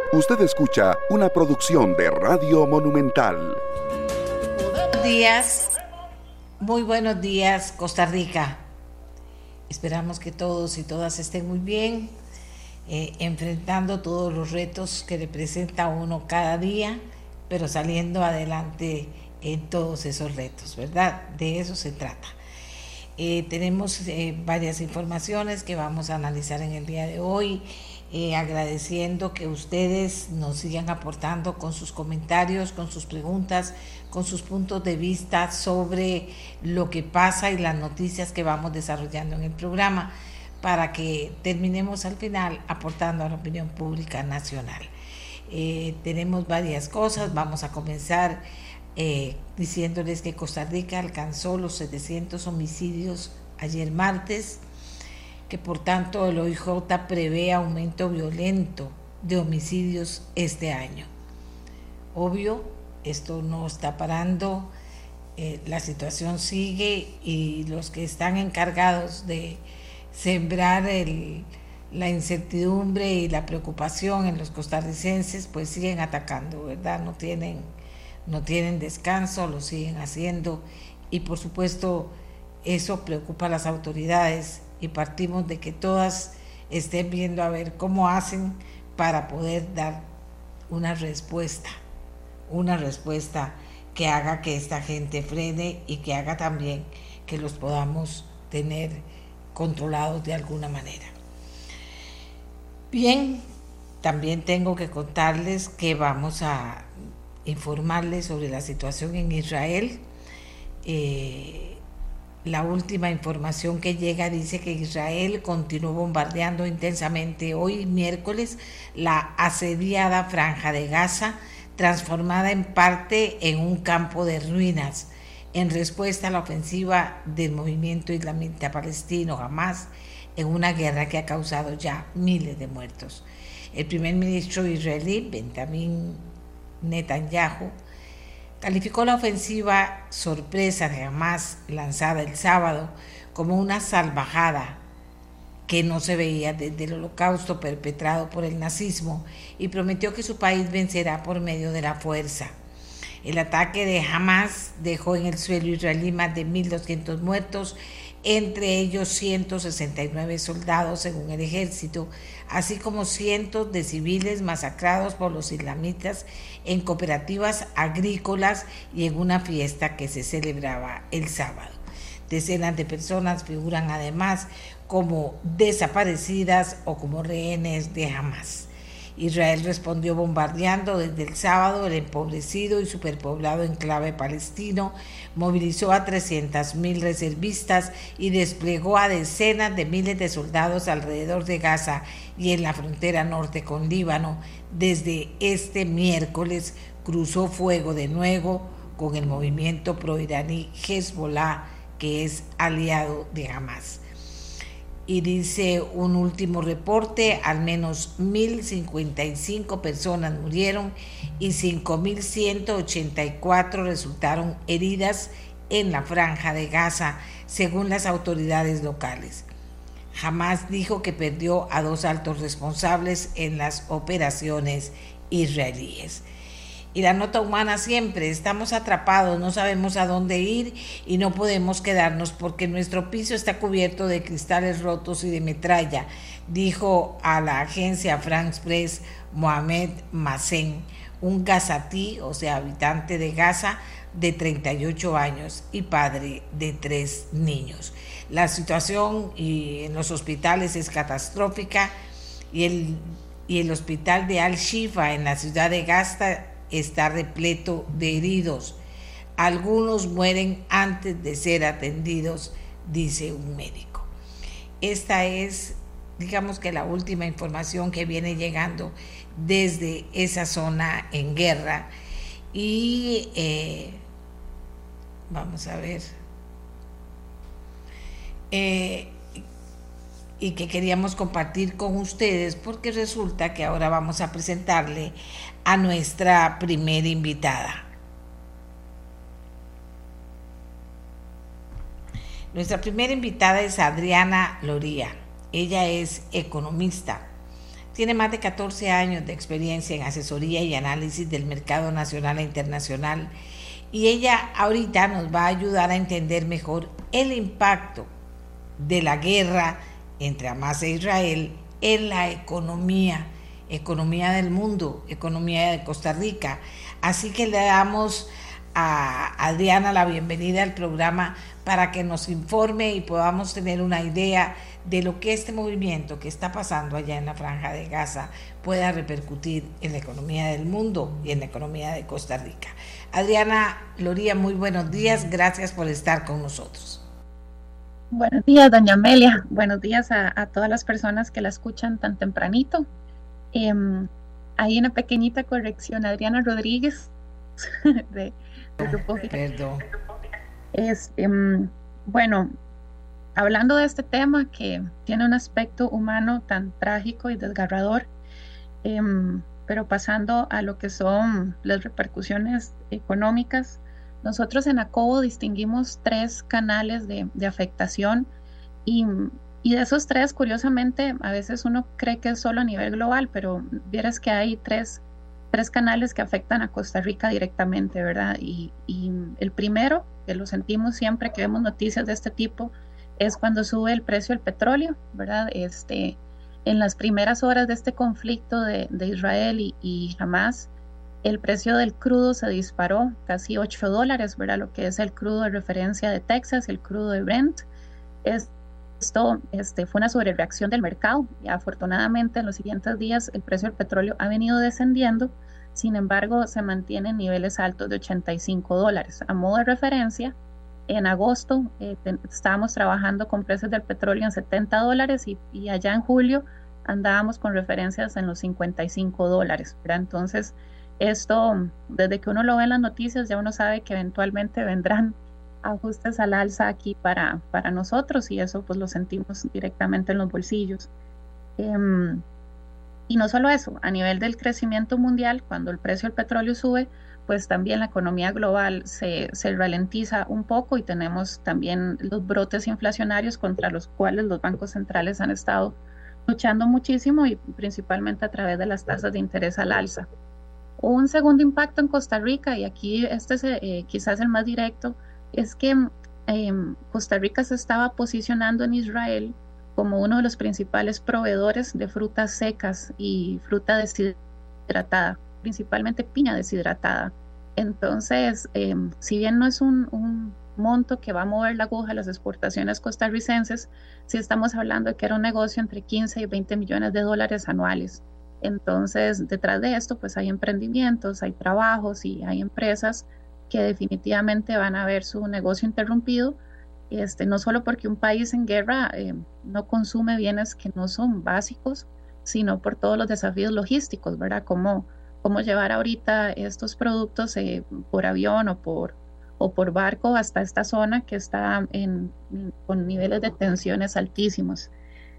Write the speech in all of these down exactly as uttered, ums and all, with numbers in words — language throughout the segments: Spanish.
Usted escucha una producción de Radio Monumental. Buenos días, muy buenos días, Costa Rica. Esperamos que todos y todas estén muy bien, eh, enfrentando todos los retos que representa uno cada día, pero saliendo adelante en todos esos retos, ¿verdad? De eso se trata. Eh, tenemos eh, varias informaciones que vamos a analizar en el día de hoy, eh, agradeciendo que ustedes nos sigan aportando con sus comentarios, con sus preguntas, con sus puntos de vista sobre lo que pasa y las noticias que vamos desarrollando en el programa, para que terminemos al final aportando a la opinión pública nacional. Eh, tenemos varias cosas, vamos a comenzar Eh, diciéndoles que Costa Rica alcanzó los setecientos homicidios ayer martes, que por tanto el O I J prevé aumento violento de homicidios este año. Obvio, esto no está parando, eh, la situación sigue y los que están encargados de sembrar el, la incertidumbre y la preocupación en los costarricenses pues siguen atacando, ¿verdad? No tienen no tienen descanso, lo siguen haciendo y por supuesto eso preocupa a las autoridades y partimos de que todas estén viendo a ver cómo hacen para poder dar una respuesta, una respuesta que haga que esta gente frene y que haga también que los podamos tener controlados de alguna manera. Bien, también tengo que contarles que vamos a informarles sobre la situación en Israel. Eh, la última información que llega dice que Israel continuó bombardeando intensamente hoy miércoles la asediada Franja de Gaza, transformada en parte en un campo de ruinas, en respuesta a la ofensiva del movimiento islamista palestino Hamas en una guerra que ha causado ya miles de muertos. El primer ministro israelí, Benjamin Netanyahu, calificó la ofensiva sorpresa de Hamas lanzada el sábado como una salvajada que no se veía desde el holocausto perpetrado por el nazismo y prometió que su país vencerá por medio de la fuerza. El ataque de Hamas dejó en el suelo israelí más de mil doscientos muertos, entre ellos ciento sesenta y nueve soldados según el ejército, así como cientos de civiles masacrados por los islamitas en cooperativas agrícolas y en una fiesta que se celebraba el sábado. Decenas de personas figuran además como desaparecidas o como rehenes de Hamas. Israel respondió bombardeando desde el sábado el empobrecido y superpoblado enclave palestino, movilizó a trescientas mil reservistas y desplegó a decenas de miles de soldados alrededor de Gaza y en la frontera norte con Líbano. Desde este miércoles cruzó fuego de nuevo con el movimiento proiraní Hezbollah, que es aliado de Hamas. Y dice un último reporte, al menos mil cincuenta y cinco personas murieron y cinco mil ciento ochenta y cuatro resultaron heridas en la Franja de Gaza, según las autoridades locales. Hamas dijo que perdió a dos altos responsables en las operaciones israelíes. Y la nota humana siempre, estamos atrapados, no sabemos a dónde ir y no podemos quedarnos porque nuestro piso está cubierto de cristales rotos y de metralla, dijo a la agencia France Press Mohamed Massen, un gazatí, o sea, habitante de Gaza, de treinta y ocho años y padre de tres niños. La situación y en los hospitales es catastrófica y el, y el hospital de Al-Shifa en la ciudad de Gaza está repleto de heridos. Algunos mueren antes de ser atendidos, dice un médico. Esta es, digamos que la última información que viene llegando desde esa zona en guerra. Y eh, vamos a ver. Eh, y que queríamos compartir con ustedes porque resulta que ahora vamos a presentarle a nuestra primera invitada. Nuestra primera invitada es Adriana Loría. Ella es economista, tiene más de catorce años de experiencia en asesoría y análisis del mercado nacional e internacional, y ella ahorita nos va a ayudar a entender mejor el impacto de la guerra entre Hamas e Israel en la economía, economía del mundo, economía de Costa Rica. Así que le damos a Adriana la bienvenida al programa para que nos informe y podamos tener una idea de lo que este movimiento que está pasando allá en la Franja de Gaza pueda repercutir en la economía del mundo y en la economía de Costa Rica. Adriana Loría, muy buenos días, gracias por estar con nosotros. Buenos días, doña Amelia, buenos días a, a todas las personas que la escuchan tan tempranito. Eh, hay una pequeñita corrección, Adriana Rodríguez, de, de Grupo Perdón. Es, eh, bueno, hablando de este tema que tiene un aspecto humano tan trágico y desgarrador, eh, pero pasando a lo que son las repercusiones económicas, nosotros en ACOBO distinguimos tres canales de, de afectación y, y de esos tres, curiosamente, a veces uno cree que es solo a nivel global, pero vieras que hay tres, tres canales que afectan a Costa Rica directamente, ¿verdad? Y, y el primero, que lo sentimos siempre que vemos noticias de este tipo, es cuando sube el precio del petróleo, ¿verdad? Este, en las primeras horas de este conflicto de, de Israel y, y Hamas, el precio del crudo se disparó casi ocho dólares, ¿verdad? Lo que es el crudo de referencia de Texas, el crudo de Brent. Es, esto este, fue una sobrereacción del mercado y afortunadamente en los siguientes días el precio del petróleo ha venido descendiendo, sin embargo se mantiene en niveles altos de ochenta y cinco dólares. A modo de referencia, en agosto eh, estábamos trabajando con precios del petróleo en setenta dólares y, y allá en julio andábamos con referencias en los cincuenta y cinco dólares, ¿verdad? Entonces, esto, desde que uno lo ve en las noticias, ya uno sabe que eventualmente vendrán ajustes al alza aquí para, para nosotros y eso pues lo sentimos directamente en los bolsillos. Eh, y no solo eso, a nivel del crecimiento mundial, cuando el precio del petróleo sube, pues también la economía global se, se ralentiza un poco y tenemos también los brotes inflacionarios contra los cuales los bancos centrales han estado luchando muchísimo y principalmente a través de las tasas de interés al alza. Un segundo impacto en Costa Rica, y aquí este es eh, quizás el más directo, es que eh, Costa Rica se estaba posicionando en Israel como uno de los principales proveedores de frutas secas y fruta deshidratada, principalmente piña deshidratada. Entonces, eh, si bien no es un, un monto que va a mover la aguja a las exportaciones costarricenses, sí estamos hablando de que era un negocio entre quince y veinte millones de dólares anuales. Entonces, detrás de esto, pues hay emprendimientos, hay trabajos y hay empresas que definitivamente van a ver su negocio interrumpido, este, no solo porque un país en guerra eh, no consume bienes que no son básicos, sino por todos los desafíos logísticos, ¿verdad? Cómo, cómo llevar ahorita estos productos eh, por avión o por, o por barco hasta esta zona que está en, con niveles de tensiones altísimos.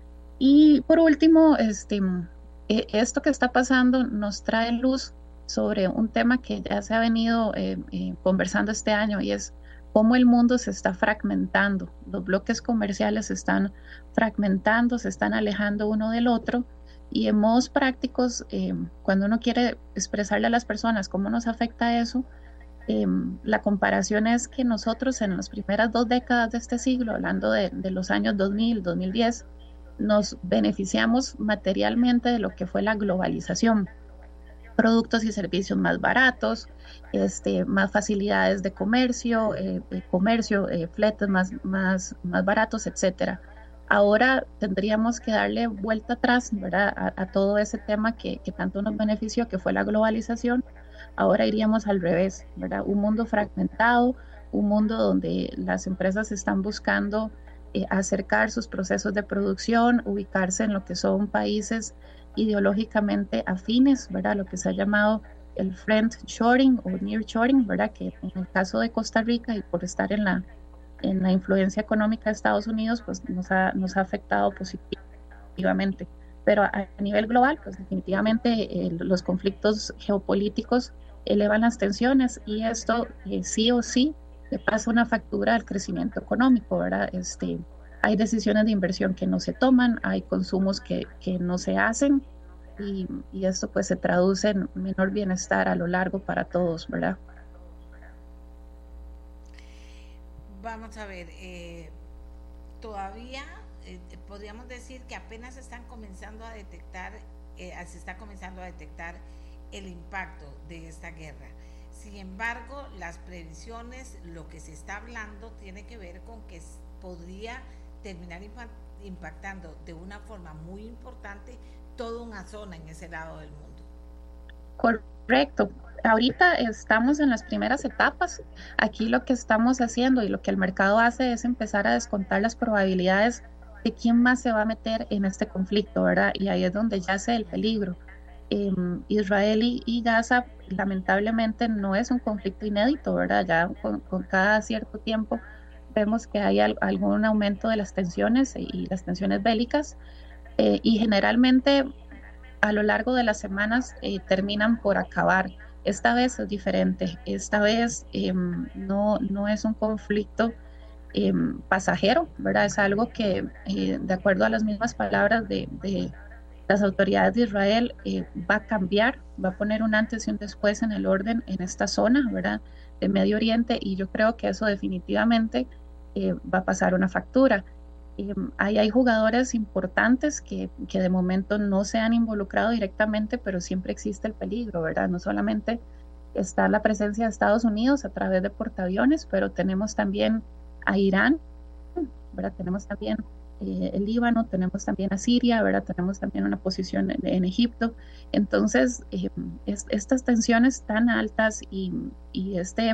Y por último, este... esto que está pasando nos trae luz sobre un tema que ya se ha venido eh, eh, conversando este año y es cómo el mundo se está fragmentando. Los bloques comerciales se están fragmentando, se están alejando uno del otro y en modos prácticos, eh, cuando uno quiere expresarle a las personas cómo nos afecta eso, eh, la comparación es que nosotros en las primeras dos décadas de este siglo, hablando de, de los años dos mil, dos mil diez, nos beneficiamos materialmente de lo que fue la globalización, productos y servicios más baratos, este, más facilidades de comercio, eh, de comercio, eh, fletes más, más, más baratos, etcétera. Ahora tendríamos que darle vuelta atrás, ¿verdad? A, a todo ese tema que, que tanto nos benefició, que fue la globalización. Ahora iríamos al revés, ¿verdad? Un mundo fragmentado, un mundo donde las empresas están buscando Eh, acercar sus procesos de producción, ubicarse en lo que son países ideológicamente afines, ¿verdad? Lo que se ha llamado el friendshoring o nearshoring, ¿verdad? Que en el caso de Costa Rica y por estar en la, en la influencia económica de Estados Unidos, pues nos ha, nos ha afectado positivamente. Pero a, a nivel global, pues definitivamente eh, los conflictos geopolíticos elevan las tensiones y esto eh, sí o sí le pasa una factura al crecimiento económico, ¿verdad? Este, hay decisiones de inversión que no se toman, hay consumos que, que no se hacen y, y esto pues se traduce en menor bienestar a lo largo para todos, ¿verdad? Vamos a ver, eh, todavía eh, podríamos decir que apenas se están comenzando a detectar, eh, se está comenzando a detectar el impacto de esta guerra. Sin embargo, las previsiones, lo que se está hablando tiene que ver con que podría terminar impactando de una forma muy importante toda una zona en ese lado del mundo. Correcto. Ahorita estamos en las primeras etapas. Aquí lo que estamos haciendo y lo que el mercado hace es empezar a descontar las probabilidades de quién más se va a meter en este conflicto, ¿verdad? Y ahí es donde yace el peligro. Eh, Israel y, y Gaza lamentablemente no es un conflicto inédito, ¿verdad? Ya con, con cada cierto tiempo vemos que hay al, algún aumento de las tensiones y las tensiones bélicas, eh, y generalmente a lo largo de las semanas eh, terminan por acabar. Esta vez es diferente, esta vez eh, no, no es un conflicto eh, pasajero, ¿verdad? Es algo que, eh, de acuerdo a las mismas palabras de, de las autoridades de Israel, eh, va a cambiar, va a poner un antes y un después en el orden en esta zona, ¿verdad? De Medio Oriente, y yo creo que eso definitivamente eh, va a pasar una factura. Eh, ahí hay jugadores importantes que, que de momento no se han involucrado directamente, pero siempre existe el peligro, ¿verdad? No solamente está la presencia de Estados Unidos a través de portaaviones, pero tenemos también a Irán, ¿verdad? Tenemos también eh, el Líbano, tenemos también a Siria, ¿verdad? Tenemos también una posición en, en Egipto. Entonces, eh, es, estas tensiones tan altas y, y este,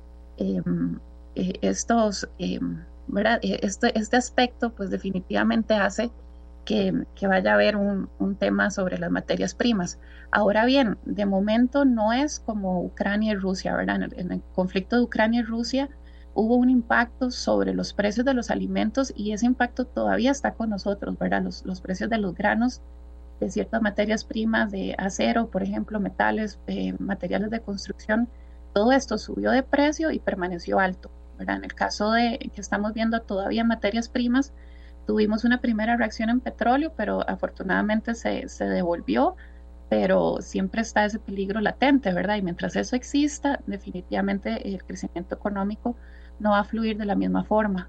eh, eh, estos, eh, ¿verdad? Este, este aspecto, pues definitivamente hace que, que vaya a haber un, un tema sobre las materias primas. Ahora bien, de momento no es como Ucrania y Rusia, ¿verdad? En el, en el conflicto de Ucrania y Rusia hubo un impacto sobre los precios de los alimentos y ese impacto todavía está con nosotros, ¿verdad? Los, los precios de los granos, de ciertas materias primas, de acero, por ejemplo, metales, eh, materiales de construcción, todo esto subió de precio y permaneció alto, ¿verdad? En el caso de que estamos viendo todavía materias primas, tuvimos una primera reacción en petróleo, pero afortunadamente se, se devolvió, pero siempre está ese peligro latente, ¿verdad? Y mientras eso exista, definitivamente el crecimiento económico no va a fluir de la misma forma.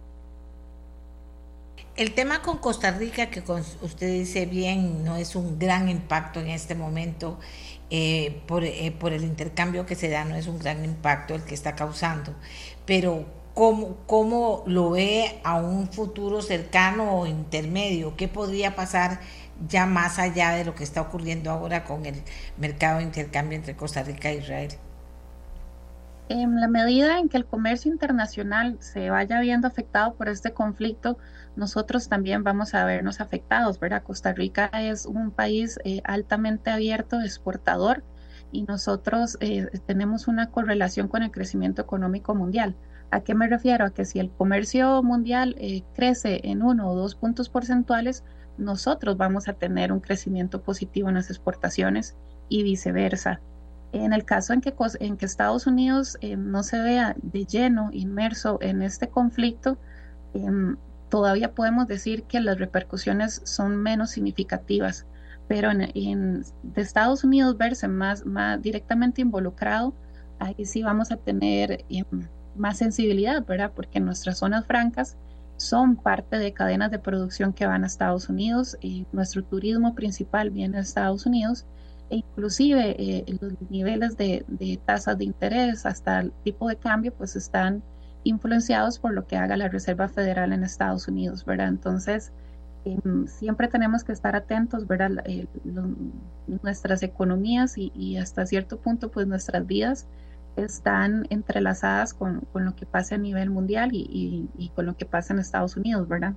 El tema con Costa Rica, que con, usted dice bien, no es un gran impacto en este momento, eh, por, eh, por el intercambio que se da, no es un gran impacto el que está causando, pero ¿cómo, cómo lo ve a un futuro cercano o intermedio? ¿Qué podría pasar ya más allá de lo que está ocurriendo ahora con el mercado de intercambio entre Costa Rica e Israel? En la medida en que el comercio internacional se vaya viendo afectado por este conflicto, nosotros también vamos a vernos afectados, ¿verdad? Costa Rica es un país eh, altamente abierto, exportador, y nosotros eh, tenemos una correlación con el crecimiento económico mundial. ¿A qué me refiero? A que si el comercio mundial eh, crece en uno o dos puntos porcentuales, nosotros vamos a tener un crecimiento positivo en las exportaciones y viceversa. En el caso en que, en que Estados Unidos eh, no se vea de lleno inmerso en este conflicto, eh, todavía podemos decir que las repercusiones son menos significativas, pero en, en de Estados Unidos verse más, más directamente involucrado, ahí sí vamos a tener eh, más sensibilidad, ¿verdad? Porque nuestras zonas francas son parte de cadenas de producción que van a Estados Unidos y nuestro turismo principal viene a Estados Unidos, e inclusive eh, los niveles de, de tasas de interés hasta el tipo de cambio pues están influenciados por lo que haga la Reserva Federal en Estados Unidos, ¿verdad? Entonces, eh, siempre tenemos que estar atentos, ¿verdad? Eh, lo, nuestras economías y, y hasta cierto punto pues nuestras vidas están entrelazadas con, con lo que pasa a nivel mundial y, y, y con lo que pasa en Estados Unidos, ¿verdad?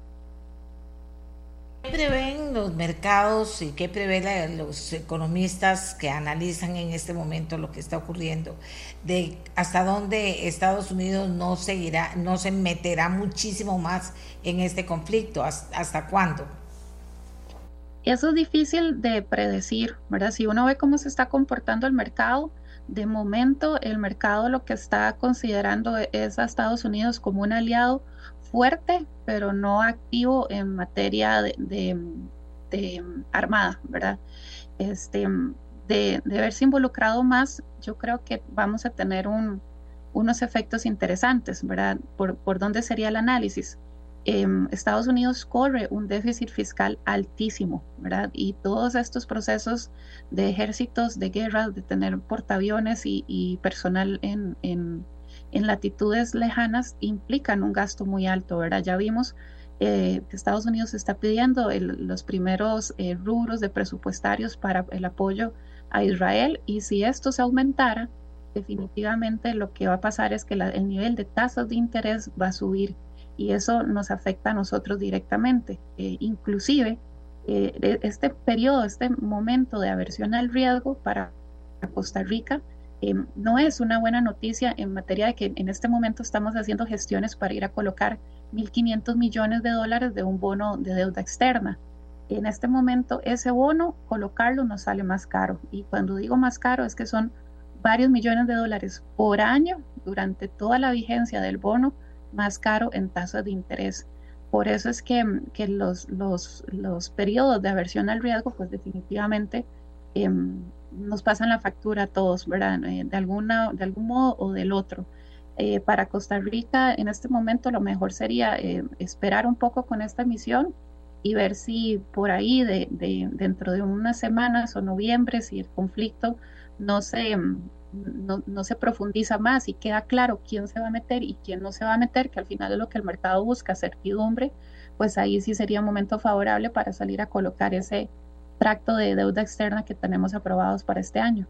¿Qué prevén los mercados y qué prevén los economistas que analizan en este momento lo que está ocurriendo? De hasta dónde Estados Unidos no seguirá, no se meterá muchísimo más en este conflicto, hasta cuándo. Eso es difícil de predecir, ¿verdad? Si uno ve cómo se está comportando el mercado, de momento el mercado lo que está considerando es a Estados Unidos como un aliado fuerte, pero no activo en materia de, de, de, armada, ¿verdad? Este, de, de haberse involucrado más, yo creo que vamos a tener un, unos efectos interesantes, ¿verdad? ¿Por, por dónde sería el análisis? Eh, Estados Unidos corre un déficit fiscal altísimo, ¿verdad? Y todos estos procesos de ejércitos, de guerra, de tener portaaviones y, y personal en, en, en latitudes lejanas implican un gasto muy alto, ¿verdad? Ya vimos eh, que Estados Unidos está pidiendo el, los primeros eh, rubros de presupuestarios para el apoyo a Israel, y si esto se aumentara, definitivamente lo que va a pasar es que la, el nivel de tasas de interés va a subir, y eso nos afecta a nosotros directamente. Eh, inclusive, eh, este periodo, este momento de aversión al riesgo para Costa Rica eh, no es una buena noticia en materia de que en este momento estamos haciendo gestiones para ir a colocar mil quinientos millones de dólares de un bono de deuda externa. En este momento ese bono, colocarlo nos sale más caro, y cuando digo más caro es que son varios millones de dólares por año durante toda la vigencia del bono, más caro en tasas de interés. Por eso es que, que los, los, los periodos de aversión al riesgo, pues definitivamente eh, nos pasan la factura a todos, ¿verdad? Eh, de, alguna, de algún modo o del otro. Eh, para Costa Rica, en este momento, lo mejor sería eh, esperar un poco con esta emisión y ver si por ahí, de, de, dentro de unas semanas o noviembre, si el conflicto no se, no, no se profundiza más y queda claro quién se va a meter y quién no se va a meter, que al final es lo que el mercado busca, certidumbre, pues ahí sí sería un momento favorable para salir a colocar ese tracto de deuda externa que tenemos aprobados para este año.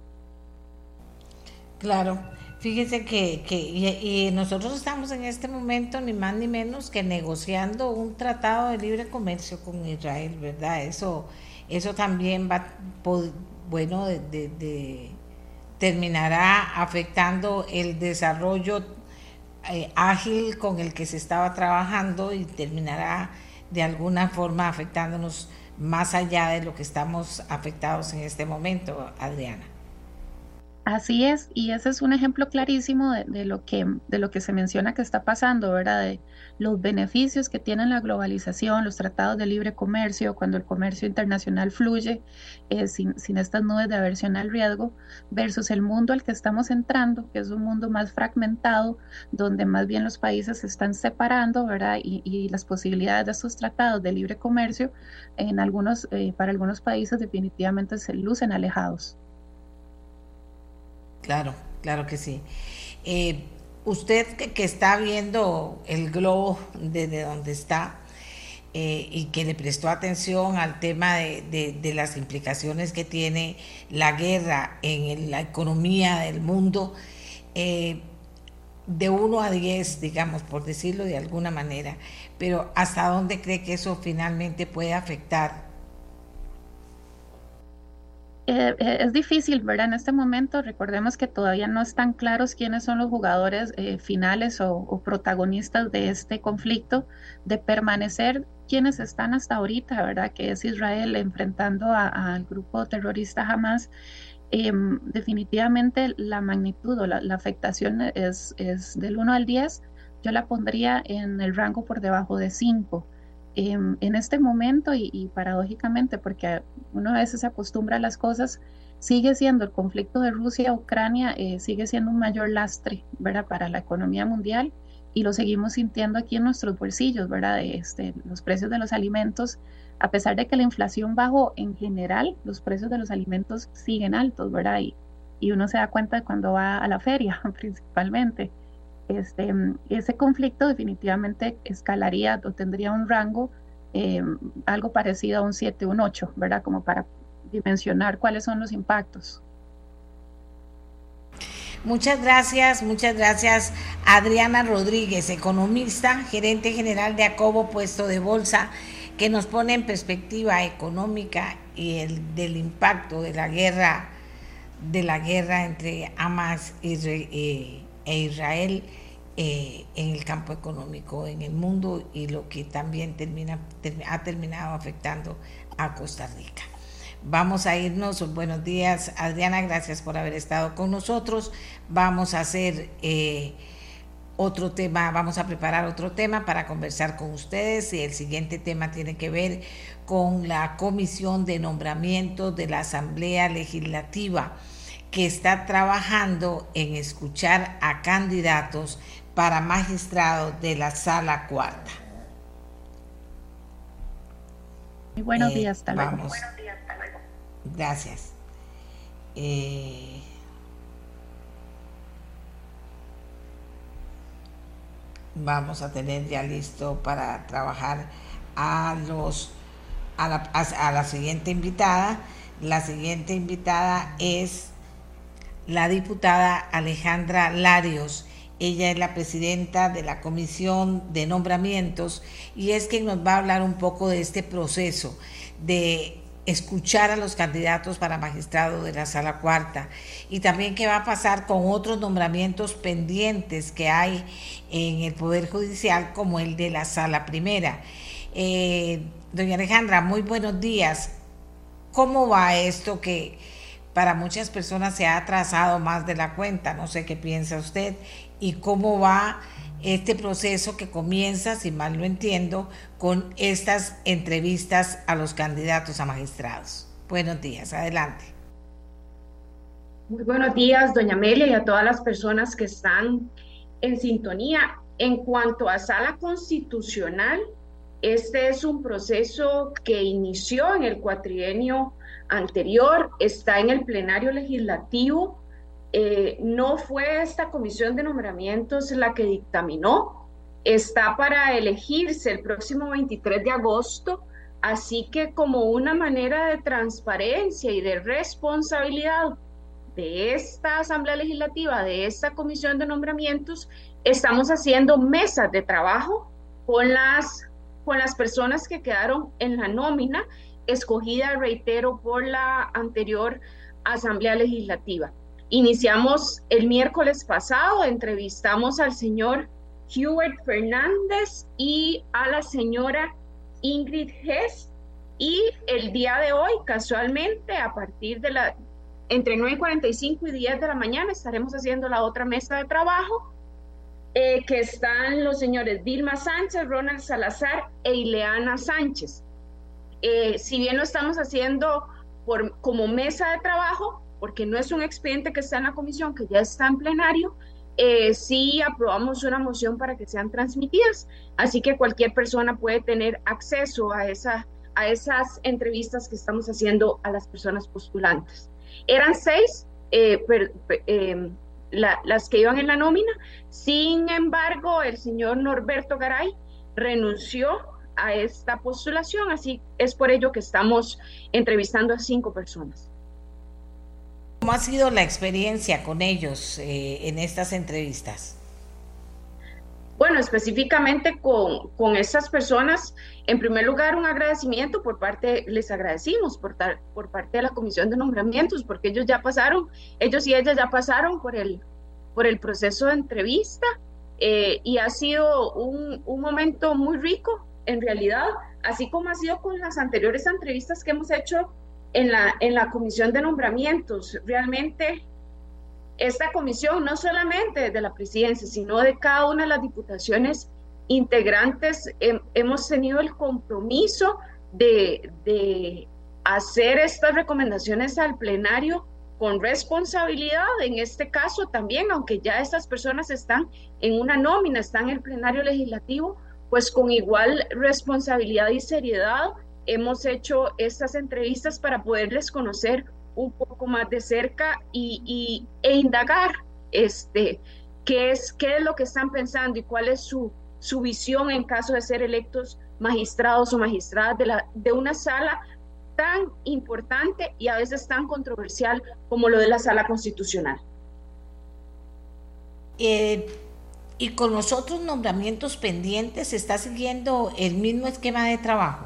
Claro, fíjese que, que y, y nosotros estamos en este momento ni más ni menos que negociando un tratado de libre comercio con Israel, ¿verdad? Eso, eso también va, bueno, de, de, de, terminará afectando el desarrollo eh, ágil con el que se estaba trabajando, y terminará de alguna forma afectándonos más allá de lo que estamos afectados en este momento, Adriana. Así es, y ese es un ejemplo clarísimo de, de lo que, de lo que se menciona que está pasando, ¿verdad? De los beneficios que tiene la globalización, los tratados de libre comercio, cuando el comercio internacional fluye eh, sin, sin estas nubes de aversión al riesgo, versus el mundo al que estamos entrando, que es un mundo más fragmentado, donde más bien los países se están separando, ¿verdad? Y, y las posibilidades de estos tratados de libre comercio, en algunos, eh, para algunos países definitivamente se lucen alejados. Claro, claro que sí. Eh, usted que, que está viendo el globo desde donde está eh, y que le prestó atención al tema de, de, de las implicaciones que tiene la guerra en la economía del mundo, eh, de uno a diez, digamos, por decirlo de alguna manera, pero ¿hasta dónde cree que eso finalmente puede afectar? Eh, eh, es difícil, ¿verdad? En este momento, recordemos que todavía no están claros quiénes son los jugadores eh, finales o, o protagonistas de este conflicto, de permanecer quienes están hasta ahorita, ¿verdad? Que es Israel enfrentando al grupo terrorista Hamas. Eh, definitivamente la magnitud o la, la afectación es, es del uno al diez. Yo la pondría en el rango por debajo de cinco. Eh, en este momento, y, y paradójicamente, porque uno a veces se acostumbra a las cosas, sigue siendo el conflicto de Rusia-Ucrania, eh, sigue siendo un mayor lastre, ¿verdad?, para la economía mundial, y lo seguimos sintiendo aquí en nuestros bolsillos, ¿verdad? Este, los precios de los alimentos, a pesar de que la inflación bajó en general, los precios de los alimentos siguen altos, ¿verdad? Y, y uno se da cuenta cuando va a la feria, principalmente. Este, ese conflicto definitivamente escalaría o tendría un rango eh, algo parecido a un siete, un ocho, ¿verdad? Como para dimensionar cuáles son los impactos. Muchas gracias, muchas gracias Adriana Rodríguez, economista, gerente general de Acobo Puesto de Bolsa, que nos pone en perspectiva económica y el del impacto de la guerra, de la guerra entre Hamas y eh, e Israel eh, en el campo económico, en el mundo, y lo que también termina, ter, ha terminado afectando a Costa Rica. Vamos a irnos. Buenos días, Adriana, gracias por haber estado con nosotros. Vamos a hacer eh, otro tema, vamos a preparar otro tema para conversar con ustedes, y el siguiente tema tiene que ver con la comisión de nombramiento de la Asamblea Legislativa, que está trabajando en escuchar a candidatos para magistrados de la Sala Cuarta. Muy buenos eh, días, hasta luego. Vamos. Buenos días, hasta luego. Gracias. Eh, vamos a tener ya listo para trabajar a los a la, a, a la siguiente invitada. La siguiente invitada es la diputada Alejandra Larios. Ella es la presidenta de la Comisión de Nombramientos y es quien nos va a hablar un poco de este proceso de escuchar a los candidatos para magistrado de la Sala Cuarta, y también qué va a pasar con otros nombramientos pendientes que hay en el Poder Judicial, como el de la Sala Primera. Eh, doña Alejandra, muy buenos días. ¿Cómo va esto que para muchas personas se ha atrasado más de la cuenta? No sé qué piensa usted, y cómo va este proceso que comienza, si mal lo entiendo, con estas entrevistas a los candidatos a magistrados. Buenos días, adelante. Muy buenos días, doña Amelia, y a todas las personas que están en sintonía. En cuanto a Sala Constitucional, este es un proceso que inició en el cuatrienio anterior, está en el plenario legislativo. Eh, no fue esta comisión de nombramientos la que dictaminó, está para elegirse el próximo veintitrés de agosto, así que como una manera de transparencia y de responsabilidad de esta Asamblea Legislativa, de esta comisión de nombramientos, estamos haciendo mesas de trabajo con las, con las personas que quedaron en la nómina, escogida, reitero, por la anterior Asamblea Legislativa. Iniciamos el miércoles pasado, entrevistamos al señor Hubert Fernández y a la señora Ingrid Hess, y el día de hoy, casualmente, a partir de la, entre nueve y cuarenta y cinco y diez de la mañana, estaremos haciendo la otra mesa de trabajo, eh, que están los señores Dilma Sánchez, Ronald Salazar e Ileana Sánchez. Eh, si bien lo estamos haciendo por, como mesa de trabajo, porque no es un expediente que está en la comisión, que ya está en plenario, eh, sí aprobamos una moción para que sean transmitidas, así que cualquier persona puede tener acceso a, esa, a esas entrevistas que estamos haciendo a las personas postulantes. Eran seis eh, per, per, eh, la, las que iban en la nómina, sin embargo, el señor Norberto Garay renunció a esta postulación, así es por ello que estamos entrevistando a cinco personas. ¿Cómo ha sido la experiencia con ellos eh, en estas entrevistas? Bueno, específicamente con, con estas personas, en primer lugar, un agradecimiento por parte, les agradecimos por, tar, por parte de la Comisión de Nombramientos, porque ellos ya pasaron, ellos y ellas ya pasaron por el, por el proceso de entrevista, eh, y ha sido un, un momento muy rico, en realidad, así como ha sido con las anteriores entrevistas que hemos hecho en la, en la Comisión de Nombramientos. Realmente esta comisión, no solamente de la presidencia, sino de cada una de las diputaciones integrantes, eh, hemos tenido el compromiso de, de hacer estas recomendaciones al plenario con responsabilidad. En este caso también, aunque ya estas personas están en una nómina, están en el plenario legislativo, pues con igual responsabilidad y seriedad hemos hecho estas entrevistas para poderles conocer un poco más de cerca y, y, e indagar este, qué, es, qué es lo que están pensando y cuál es su, su visión en caso de ser electos magistrados o magistradas de, la, de una sala tan importante y a veces tan controversial como lo de la Sala Constitucional. Eh, y con los otros nombramientos pendientes, ¿se está siguiendo el mismo esquema de trabajo?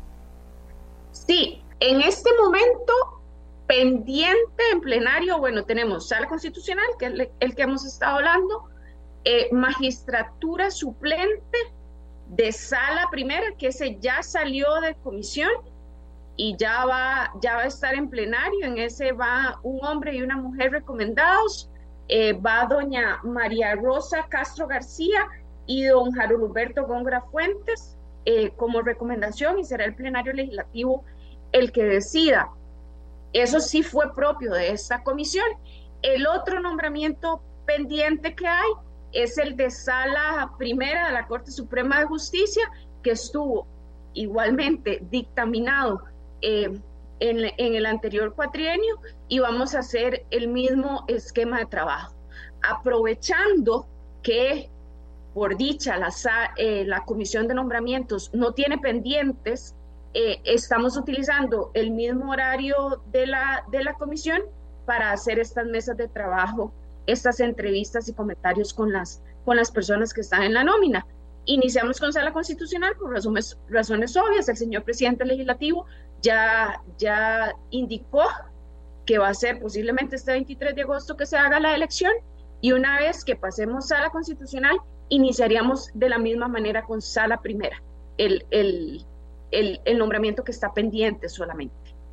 Sí, en este momento pendiente en plenario, bueno, tenemos Sala Constitucional, que es el, el que hemos estado hablando, eh, magistratura suplente de Sala Primera, que ese ya salió de comisión y ya va, ya va a estar en plenario. En ese va un hombre y una mujer recomendados. eh, va doña María Rosa Castro García y don Harold Humberto Góngora Fuentes eh, como recomendación, y será el plenario legislativo el que decida. Eso sí fue propio de esta comisión. El otro nombramiento pendiente que hay es el de Sala Primera de la Corte Suprema de Justicia, que estuvo igualmente dictaminado eh, en, en el anterior cuatrienio, y vamos a hacer el mismo esquema de trabajo, aprovechando que por dicha la, eh, la Comisión de Nombramientos no tiene pendientes. Eh, estamos utilizando el mismo horario de la, de la comisión para hacer estas mesas de trabajo, estas entrevistas y comentarios con las, con las personas que están en la nómina. Iniciamos con Sala Constitucional por razones, razones obvias. El señor presidente legislativo ya, ya indicó que va a ser posiblemente este veintitrés de agosto que se haga la elección, y una vez que pasemos Sala Constitucional, iniciaríamos de la misma manera con Sala Primera, el, el El, el nombramiento que está pendiente solamente.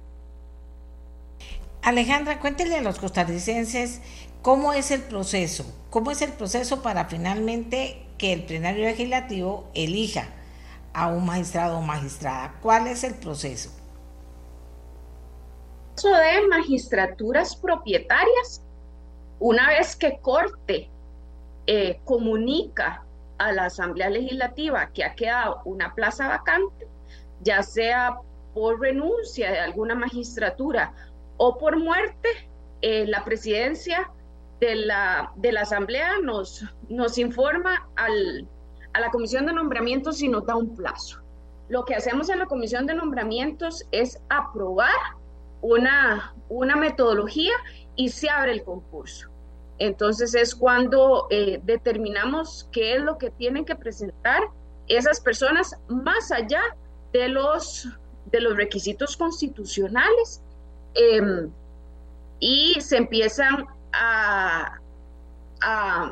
Alejandra, cuéntele a los costarricenses cómo es el proceso, cómo es el proceso para finalmente que el plenario legislativo elija a un magistrado o magistrada. ¿Cuál es el proceso? Eso de magistraturas propietarias, una vez que Corte eh, comunica a la Asamblea Legislativa que ha quedado una plaza vacante, ya sea por renuncia de alguna magistratura o por muerte, eh, la presidencia de la, de la Asamblea nos, nos informa al, a la Comisión de Nombramientos y nos da un plazo. Lo que hacemos en la Comisión de Nombramientos es aprobar una, una metodología y se abre el concurso. Entonces es cuando eh, determinamos qué es lo que tienen que presentar esas personas más allá de los, de los requisitos constitucionales, eh, y se empiezan a, a,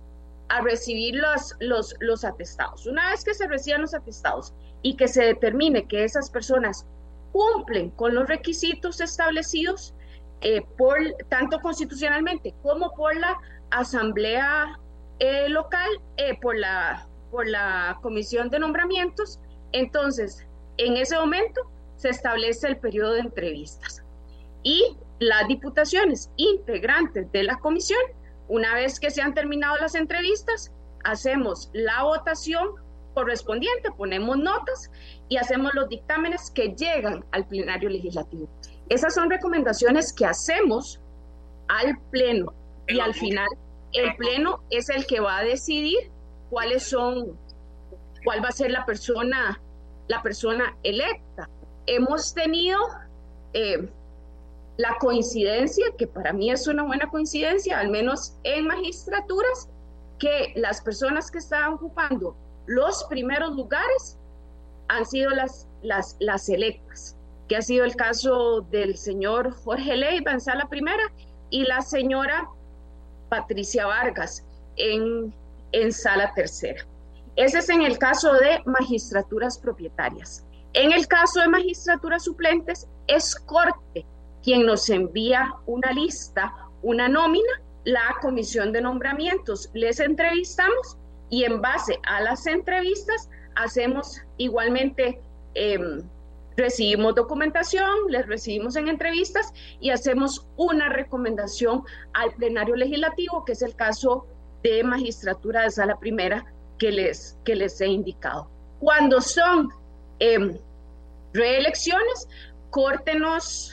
a recibir los, los, los atestados. Una vez que se reciban los atestados y que se determine que esas personas cumplen con los requisitos establecidos eh, por, tanto constitucionalmente como por la Asamblea eh, local, eh, por, la, por la Comisión de Nombramientos, entonces en ese momento se establece el periodo de entrevistas, y las diputaciones integrantes de la comisión, una vez que se han terminado las entrevistas, hacemos la votación correspondiente, ponemos notas y hacemos los dictámenes que llegan al plenario legislativo. Esas son recomendaciones que hacemos al pleno, y al final el pleno es el que va a decidir cuáles son, cuál va a ser la persona la persona electa. Hemos tenido eh, la coincidencia, que para mí es una buena coincidencia, al menos en magistraturas, que las personas que estaban ocupando los primeros lugares han sido las, las, las electas, que ha sido el caso del señor Jorge Leiva en Sala Primera y la señora Patricia Vargas en, en Sala Tercera. Ese es en el caso de magistraturas propietarias. En el caso de magistraturas suplentes, es Corte quien nos envía una lista, una nómina, la Comisión de Nombramientos. Les entrevistamos y en base a las entrevistas hacemos igualmente, eh, recibimos documentación, les recibimos en entrevistas y hacemos una recomendación al plenario legislativo, que es el caso de magistratura de Sala Primera, que les, que les he indicado. Cuando son eh, reelecciones, Corte nos,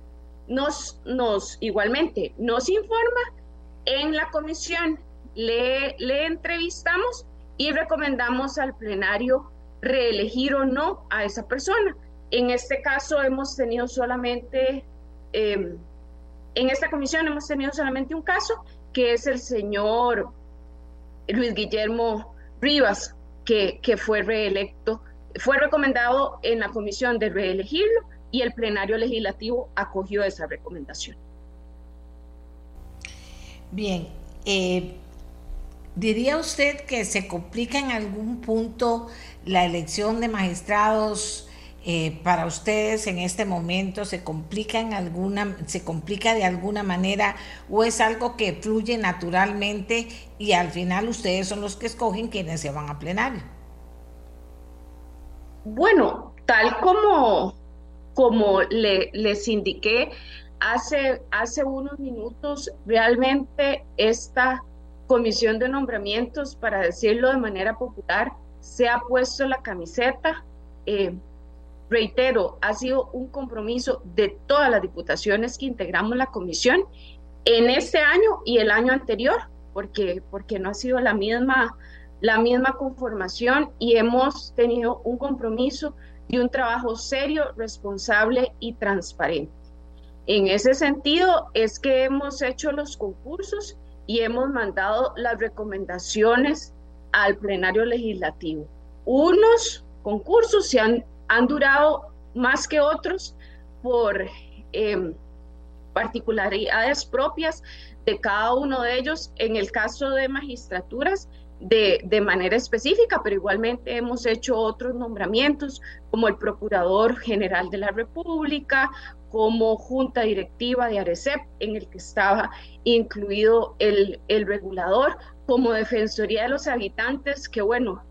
nos, nos igualmente nos informa, en la comisión le, le entrevistamos y recomendamos al plenario reelegir o no a esa persona. En este caso hemos tenido solamente, eh, en esta comisión hemos tenido solamente un caso, que es el señor Luis Guillermo Rivas, que, que fue reelecto, fue recomendado en la comisión de reelegirlo, y el plenario legislativo acogió esa recomendación. Bien, eh, ¿diría usted que se complica en algún punto la elección de magistrados eh, para ustedes en este momento se complica en alguna, se complica de alguna manera, o es algo que fluye naturalmente y al final ustedes son los que escogen quienes se van a plenario? Bueno, tal como, como le, les indiqué hace, hace unos minutos, realmente esta comisión de nombramientos, para decirlo de manera popular, se ha puesto la camiseta. Eh, reitero, ha sido un compromiso de todas las diputaciones que integramos la comisión en este año y el año anterior, porque, porque no ha sido la misma, la misma conformación, y hemos tenido un compromiso y un trabajo serio, responsable y transparente. En ese sentido es que hemos hecho los concursos y hemos mandado las recomendaciones al plenario legislativo. Unos concursos se han, han durado más que otros por eh, particularidades propias de cada uno de ellos. En el caso de magistraturas, de, de manera específica, pero igualmente hemos hecho otros nombramientos, como el Procurador General de la República, como Junta Directiva de ARECEP, en el que estaba incluido el, el regulador, como Defensoría de los Habitantes, que bueno,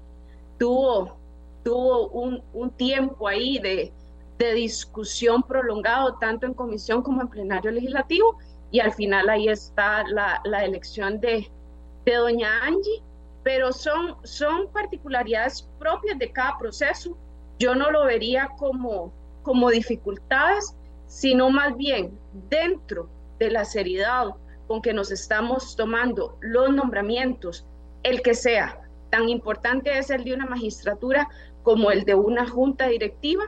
tuvo, tuvo un, un tiempo ahí de, de discusión prolongado, tanto en comisión como en plenario legislativo, y al final ahí está la, la elección de, de doña Angie, pero son, son particularidades propias de cada proceso. Yo no lo vería como, como dificultades, sino más bien dentro de la seriedad con que nos estamos tomando los nombramientos, el que sea. Tan importante es el de una magistratura como el de una junta directiva,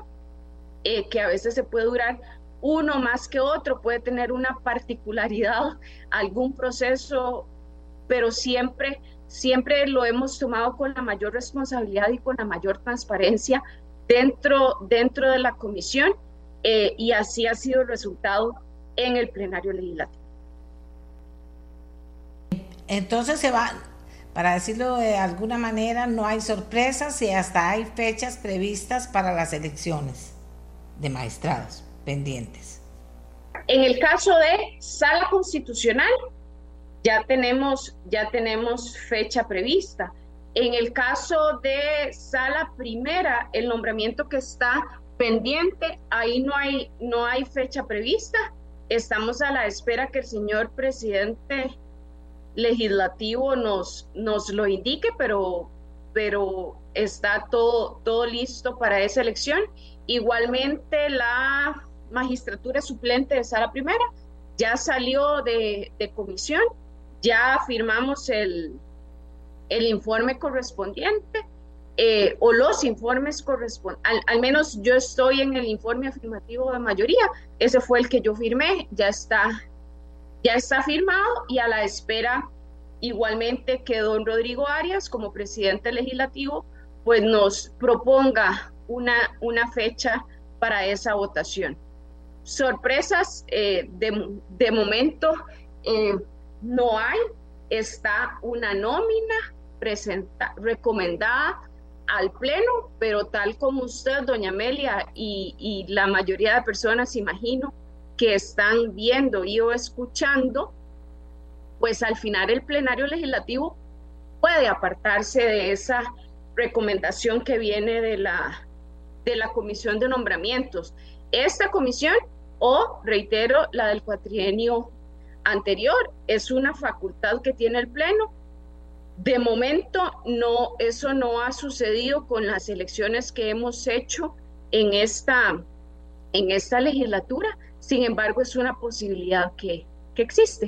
eh, que a veces se puede durar uno más que otro, puede tener una particularidad, algún proceso, pero siempre, siempre lo hemos tomado con la mayor responsabilidad y con la mayor transparencia dentro, dentro de la comisión, eh, y así ha sido el resultado en el plenario legislativo. Entonces se va, para decirlo de alguna manera, no hay sorpresas y hasta hay fechas previstas para las elecciones de magistrados pendientes. En el caso de Sala Constitucional, ya tenemos, ya tenemos fecha prevista. En el caso de Sala Primera, el nombramiento que está pendiente, ahí no hay, no hay fecha prevista. Estamos a la espera que el señor presidente legislativo nos, nos lo indique, pero, pero está todo, todo listo para esa elección. Igualmente la magistratura suplente de Sala Primera ya salió de, de comisión, ya firmamos el, el informe correspondiente, eh, o los informes correspondientes, al, al menos yo estoy en el informe afirmativo de mayoría, ese fue el que yo firmé, ya está ya está firmado, y a la espera igualmente que don Rodrigo Arias, como presidente legislativo, pues nos proponga una, una fecha para esa votación. Sorpresas eh, de, de momento eh, no hay, está una nómina presenta, recomendada al Pleno, pero tal como usted, doña Amelia, y, y la mayoría de personas, imagino, que están viendo y o escuchando, pues al final el plenario legislativo puede apartarse de esa recomendación que viene de la, de la comisión de nombramientos. Esta comisión, o reitero, la del cuatrienio anterior, es una facultad que tiene el Pleno. De momento, no, eso no ha sucedido con las elecciones que hemos hecho en esta, en esta legislatura. Sin embargo, es una posibilidad que, que existe.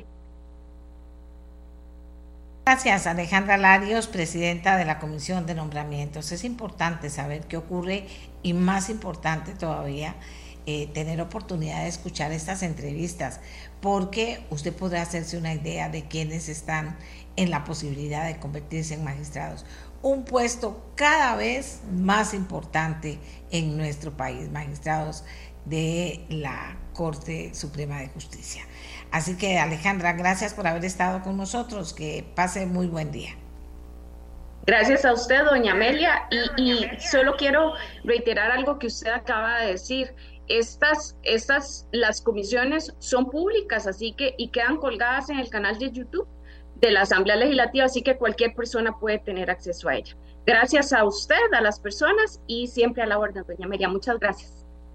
Gracias, Alejandra Larios, presidenta de la Comisión de Nombramientos. Es importante saber qué ocurre y más importante todavía, eh, tener oportunidad de escuchar estas entrevistas, porque usted podrá hacerse una idea de quiénes están en la posibilidad de convertirse en magistrados. Un puesto cada vez más importante en nuestro país, magistrados de la Corte Suprema de Justicia. Así que, Alejandra, gracias por haber estado con nosotros, que pase muy buen día. Gracias a usted, doña Amelia, y, y solo quiero reiterar algo que usted acaba de decir. Estas, estas, las comisiones son públicas, así que, y quedan colgadas en el canal de YouTube de la Asamblea Legislativa, así que cualquier persona puede tener acceso a ella. Gracias a usted, a las personas, y siempre a la orden, doña Amelia. Muchas gracias.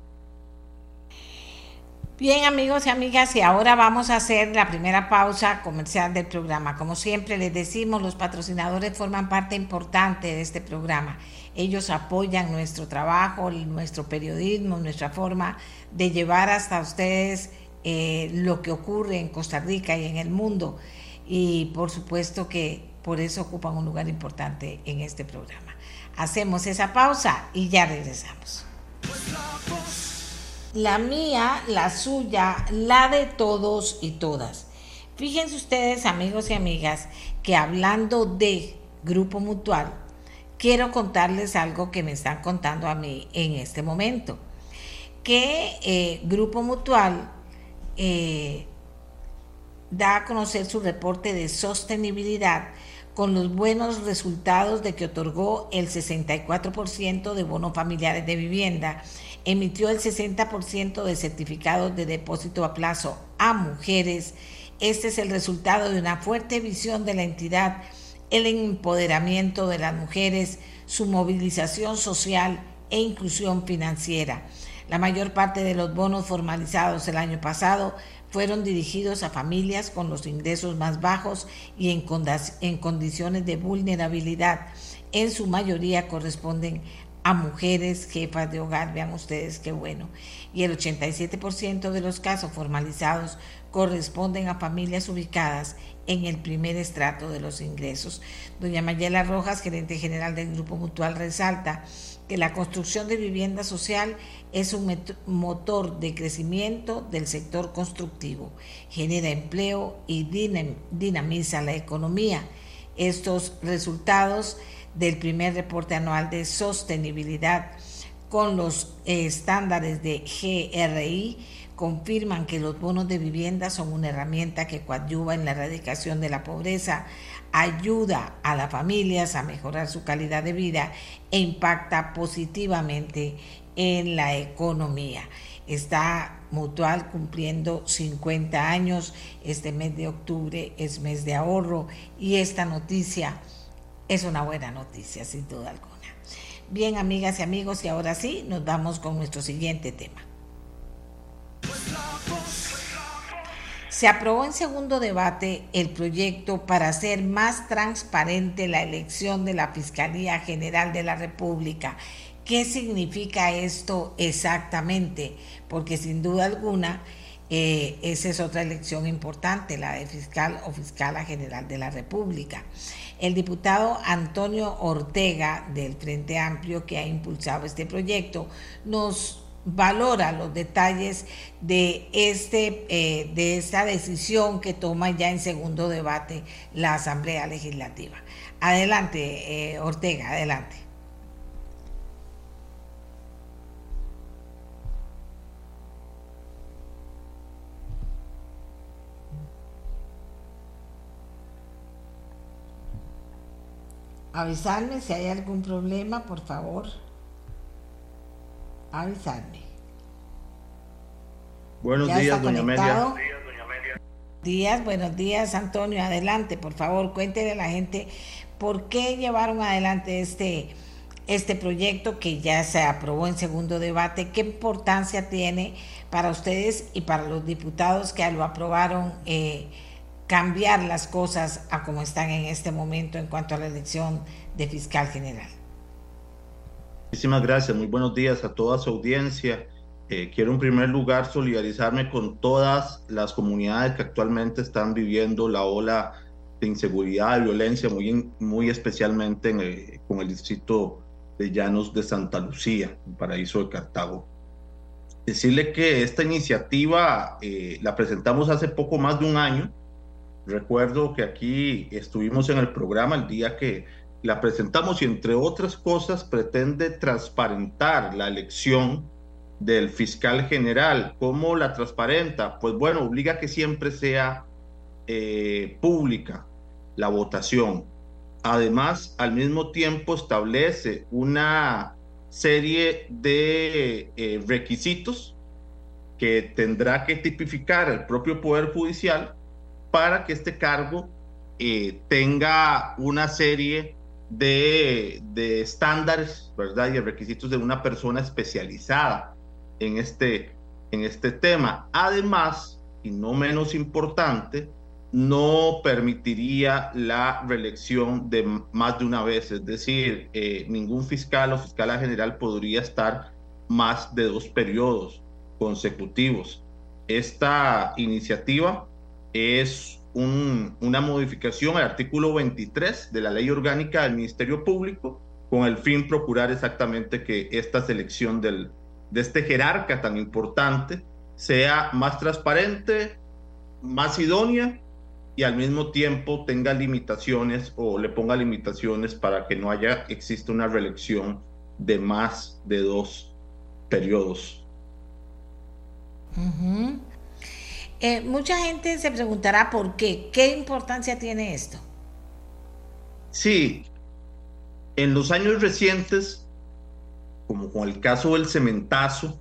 Bien, amigos y amigas, y ahora vamos a hacer la primera pausa comercial del programa. Como siempre les decimos, los patrocinadores forman parte importante de este programa. Ellos apoyan nuestro trabajo, nuestro periodismo, nuestra forma de llevar hasta ustedes eh, lo que ocurre en Costa Rica y en el mundo. Y por supuesto que por eso ocupan un lugar importante en este programa. Hacemos esa pausa y ya regresamos. La mía, la suya, la de todos y todas. Fíjense ustedes, amigos y amigas, que hablando de Grupo Mutual, quiero contarles algo que me están contando a mí en este momento. Que eh, Grupo Mutual eh, da a conocer su reporte de sostenibilidad con los buenos resultados de que otorgó el sesenta y cuatro por ciento de bonos familiares de vivienda, emitió el sesenta por ciento de certificados de depósito a plazo a mujeres. Este es el resultado de una fuerte visión de la entidad, el empoderamiento de las mujeres, su movilización social e inclusión financiera. La mayor parte de los bonos formalizados el año pasado fueron dirigidos a familias con los ingresos más bajos y en, en condiciones de vulnerabilidad. En su mayoría corresponden a mujeres jefas de hogar, vean ustedes qué bueno. Y el ochenta y siete por ciento de los casos formalizados corresponden a familias ubicadas en el primer estrato de los ingresos. Doña Mayela Rojas, gerente general del Grupo Mutual, resalta que la construcción de vivienda social es un motor de crecimiento del sector constructivo, genera empleo y dinamiza la economía. Estos resultados del primer reporte anual de sostenibilidad con los eh, estándares de G R I confirman que los bonos de vivienda son una herramienta que coadyuva en la erradicación de la pobreza, ayuda a las familias a mejorar su calidad de vida e impacta positivamente en la economía. Está Mutual cumpliendo cincuenta años, este mes de octubre es mes de ahorro y esta noticia es una buena noticia, sin duda alguna. Bien, amigas y amigos, y ahora sí, nos vamos con nuestro siguiente tema. Se aprobó en segundo debate el proyecto para hacer más transparente la elección de la Fiscalía General de la República. ¿Qué significa esto exactamente? Porque sin duda alguna, eh, esa es otra elección importante, la de fiscal o fiscala general de la República. El diputado Antonio Ortega del Frente Amplio, que ha impulsado este proyecto, nos valora los detalles de, este, eh, de esta decisión que toma ya en segundo debate la Asamblea Legislativa. Adelante, eh, Ortega, adelante. Avisarme si hay algún problema, por favor. Avisarme. Buenos ¿Ya días, está doña conectado? Amelia. Días, buenos días, Antonio. Adelante, por favor, cuéntele a la gente por qué llevaron adelante este, este proyecto que ya se aprobó en segundo debate. ¿Qué importancia tiene para ustedes y para los diputados que lo aprobaron eh, cambiar las cosas a como están en este momento en cuanto a la elección de fiscal general? Muchísimas gracias, muy buenos días a toda su audiencia. Eh, quiero en primer lugar solidarizarme con todas las comunidades que actualmente están viviendo la ola de inseguridad, de violencia, muy, muy especialmente en el, con el distrito de Llanos de Santa Lucía, el paraíso de Cartago. Decirle que esta iniciativa eh, la presentamos hace poco más de un año. Recuerdo que aquí estuvimos en el programa el día que la presentamos y entre otras cosas pretende transparentar la elección del fiscal general. ¿Cómo la transparenta? Pues bueno, obliga a que siempre sea eh, pública la votación. además, al mismo tiempo establece una serie de eh, requisitos que tendrá que tipificar el propio Poder Judicial para que este cargo eh, tenga una serie de, de estándares, ¿verdad? Y de requisitos de una persona especializada en este, en este tema. Además, y no menos importante, no permitiría la reelección de más de una vez, es decir, eh, ningún fiscal o fiscal general podría estar más de dos periodos consecutivos. Esta iniciativa es un, una modificación al artículo veintitrés de la Ley Orgánica del Ministerio Público con el fin de procurar exactamente que esta selección del, de este jerarca tan importante sea más transparente, más idónea y al mismo tiempo tenga limitaciones o le ponga limitaciones para que no haya, exista una reelección de más de dos periodos. Uh-huh. Eh, mucha gente se preguntará por qué. ¿Qué importancia tiene esto? Sí, en los años recientes, como con el caso del cementazo,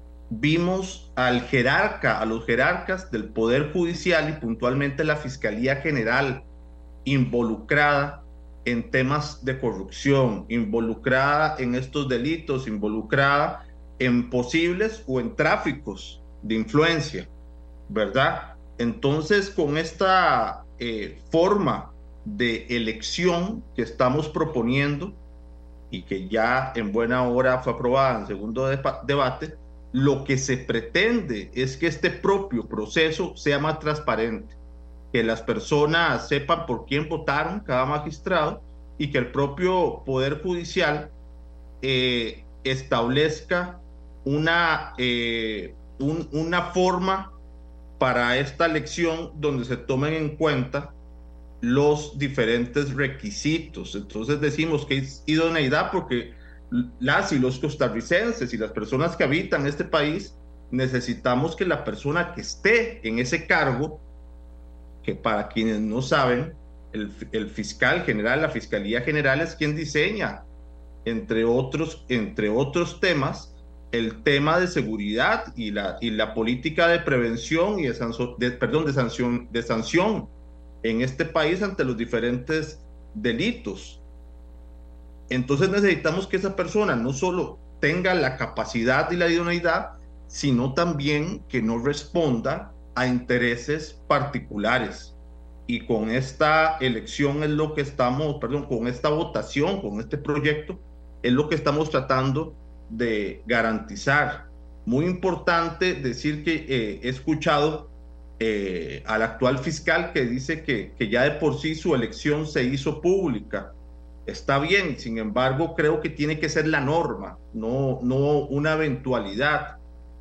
vimos al jerarca, a los jerarcas del Poder Judicial y puntualmente la Fiscalía General involucrada en temas de corrupción, involucrada en estos delitos, involucrada en posibles o en tráficos de influencia, ¿verdad? Entonces, con esta eh, forma de elección que estamos proponiendo y que ya en buena hora fue aprobada en segundo de debate, lo que se pretende es que este propio proceso sea más transparente, que las personas sepan por quién votaron cada magistrado y que el propio Poder Judicial eh, establezca una, eh, un, una forma para esta elección donde se tomen en cuenta los diferentes requisitos. Entonces decimos que es idoneidad porque las y los costarricenses y las personas que habitan este país necesitamos que la persona que esté en ese cargo, que para quienes no saben, el, el fiscal general, la Fiscalía General es quien diseña, entre otros, entre otros temas, el tema de seguridad y la, y la política de prevención y de, sanso, de, perdón, de, sanción, de sanción en este país ante los diferentes delitos. Entonces necesitamos que esa persona no solo tenga la capacidad y la idoneidad, sino también que no responda a intereses particulares. Y con esta elección es lo que estamos, perdón, con esta votación, con este proyecto, es lo que estamos tratando de garantizar. Muy importante decir que eh, he escuchado eh, al actual fiscal que dice que, que ya de por sí su elección se hizo pública. Está bien, sin embargo, creo que tiene que ser la norma, no, no una eventualidad.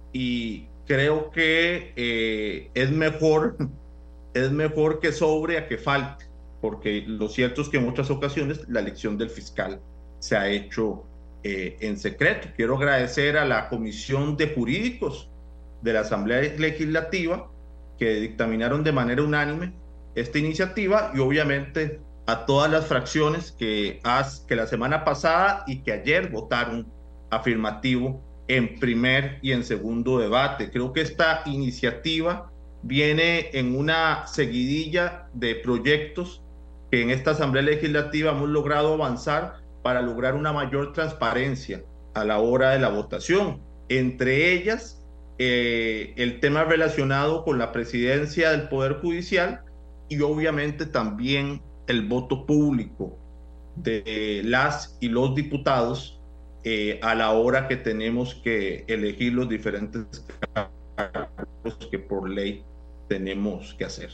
Y creo que eh, es mejor, es mejor que sobre a que falte, porque lo cierto es que en otras ocasiones la elección del fiscal se ha hecho eh, en secreto. Quiero agradecer a la Comisión de Jurídicos de la Asamblea Legislativa que dictaminaron de manera unánime esta iniciativa y obviamente a todas las fracciones que, has, que la semana pasada y que ayer votaron afirmativo en primer y en segundo debate. Creo que esta iniciativa viene en una seguidilla de proyectos que en esta Asamblea Legislativa hemos logrado avanzar para lograr una mayor transparencia a la hora de la votación. Entre ellas, eh, el tema relacionado con la presidencia del Poder Judicial y obviamente también el voto público de las y los diputados eh, a la hora que tenemos que elegir los diferentes cargos que por ley tenemos que hacer.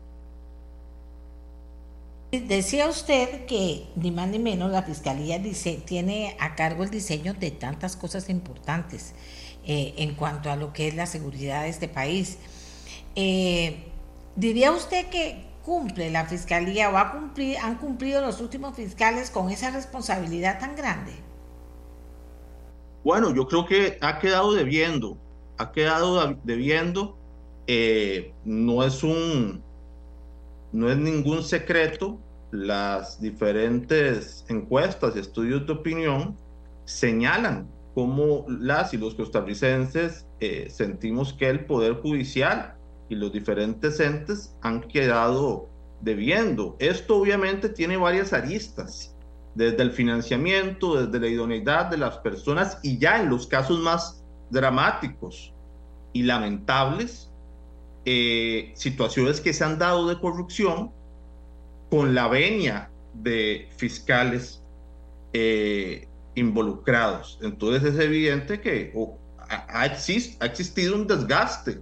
Decía usted que ni más ni menos la Fiscalía dice, tiene a cargo el diseño de tantas cosas importantes eh, en cuanto a lo que es la seguridad de este país. Eh, ¿Diría usted que cumple la Fiscalía o ha cumplido, han cumplido los últimos fiscales con esa responsabilidad tan grande? Bueno, yo creo que ha quedado debiendo, ha quedado debiendo, eh, no es un, no es ningún secreto las diferentes encuestas y estudios de opinión señalan cómo las y los costarricenses eh, sentimos que el Poder Judicial y los diferentes entes han quedado debiendo. Esto obviamente tiene varias aristas, desde el financiamiento, desde la idoneidad de las personas, y ya en los casos más dramáticos y lamentables, eh, situaciones que se han dado de corrupción con la venia de fiscales eh, involucrados. Entonces es evidente que oh, ha, ha, exist, ha existido un desgaste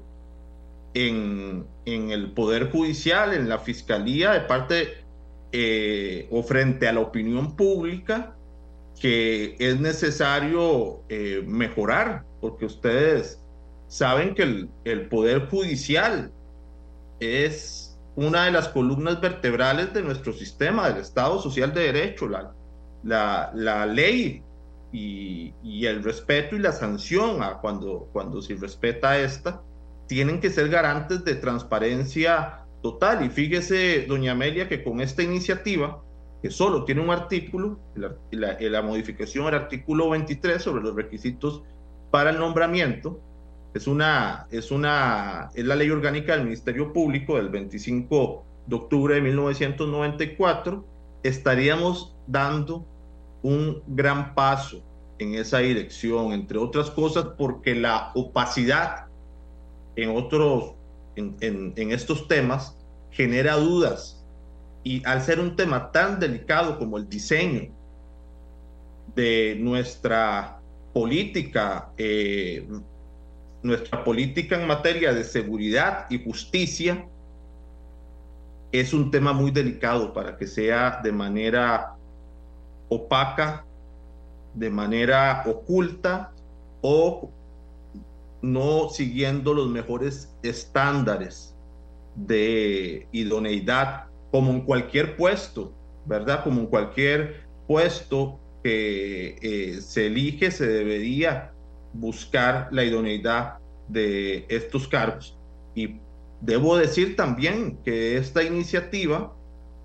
en, en el Poder Judicial, en la Fiscalía, de parte eh, o frente a la opinión pública, que es necesario eh, mejorar, porque ustedes saben que el, el Poder Judicial es una de las columnas vertebrales de nuestro sistema, del Estado Social de Derecho. La, la, la ley y, y el respeto y la sanción a cuando, cuando se respeta esta, tienen que ser garantes de transparencia total. Y fíjese, doña Amelia, que con esta iniciativa, que solo tiene un artículo, la, la, la modificación al artículo veintitrés sobre los requisitos para el nombramiento, es una, es una, es la ley orgánica del Ministerio Público del veinticinco de octubre de mil novecientos noventa y cuatro, estaríamos dando un gran paso en esa dirección, entre otras cosas porque la opacidad en otros, en, en, en estos temas genera dudas, y al ser un tema tan delicado como el diseño de nuestra política, eh, nuestra política en materia de seguridad y justicia, es un tema muy delicado para que sea de manera opaca, de manera oculta o no siguiendo los mejores estándares de idoneidad, como en cualquier puesto, ¿verdad? Como en cualquier puesto que eh, se elige, se debería buscar la idoneidad de estos cargos. Y debo decir también que esta iniciativa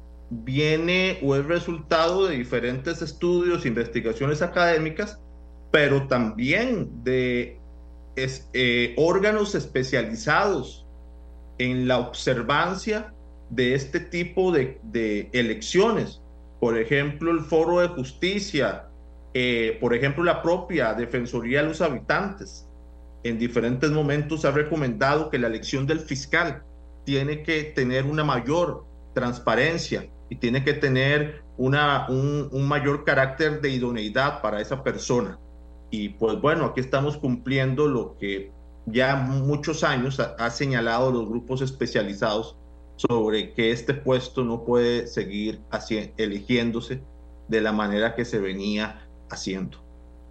viene o es resultado de diferentes estudios, investigaciones académicas, pero también de es, eh, órganos especializados en la observancia de este tipo de, de elecciones. Por ejemplo, el Foro de Justicia, eh, por ejemplo, la propia Defensoría de los Habitantes, en diferentes momentos ha recomendado que la elección del fiscal tiene que tener una mayor transparencia y tiene que tener una, un, un mayor carácter de idoneidad para esa persona. Y pues bueno, aquí estamos cumpliendo lo que ya muchos años ha, ha señalado los grupos especializados sobre que este puesto no puede seguir así, eligiéndose de la manera que se venía haciendo.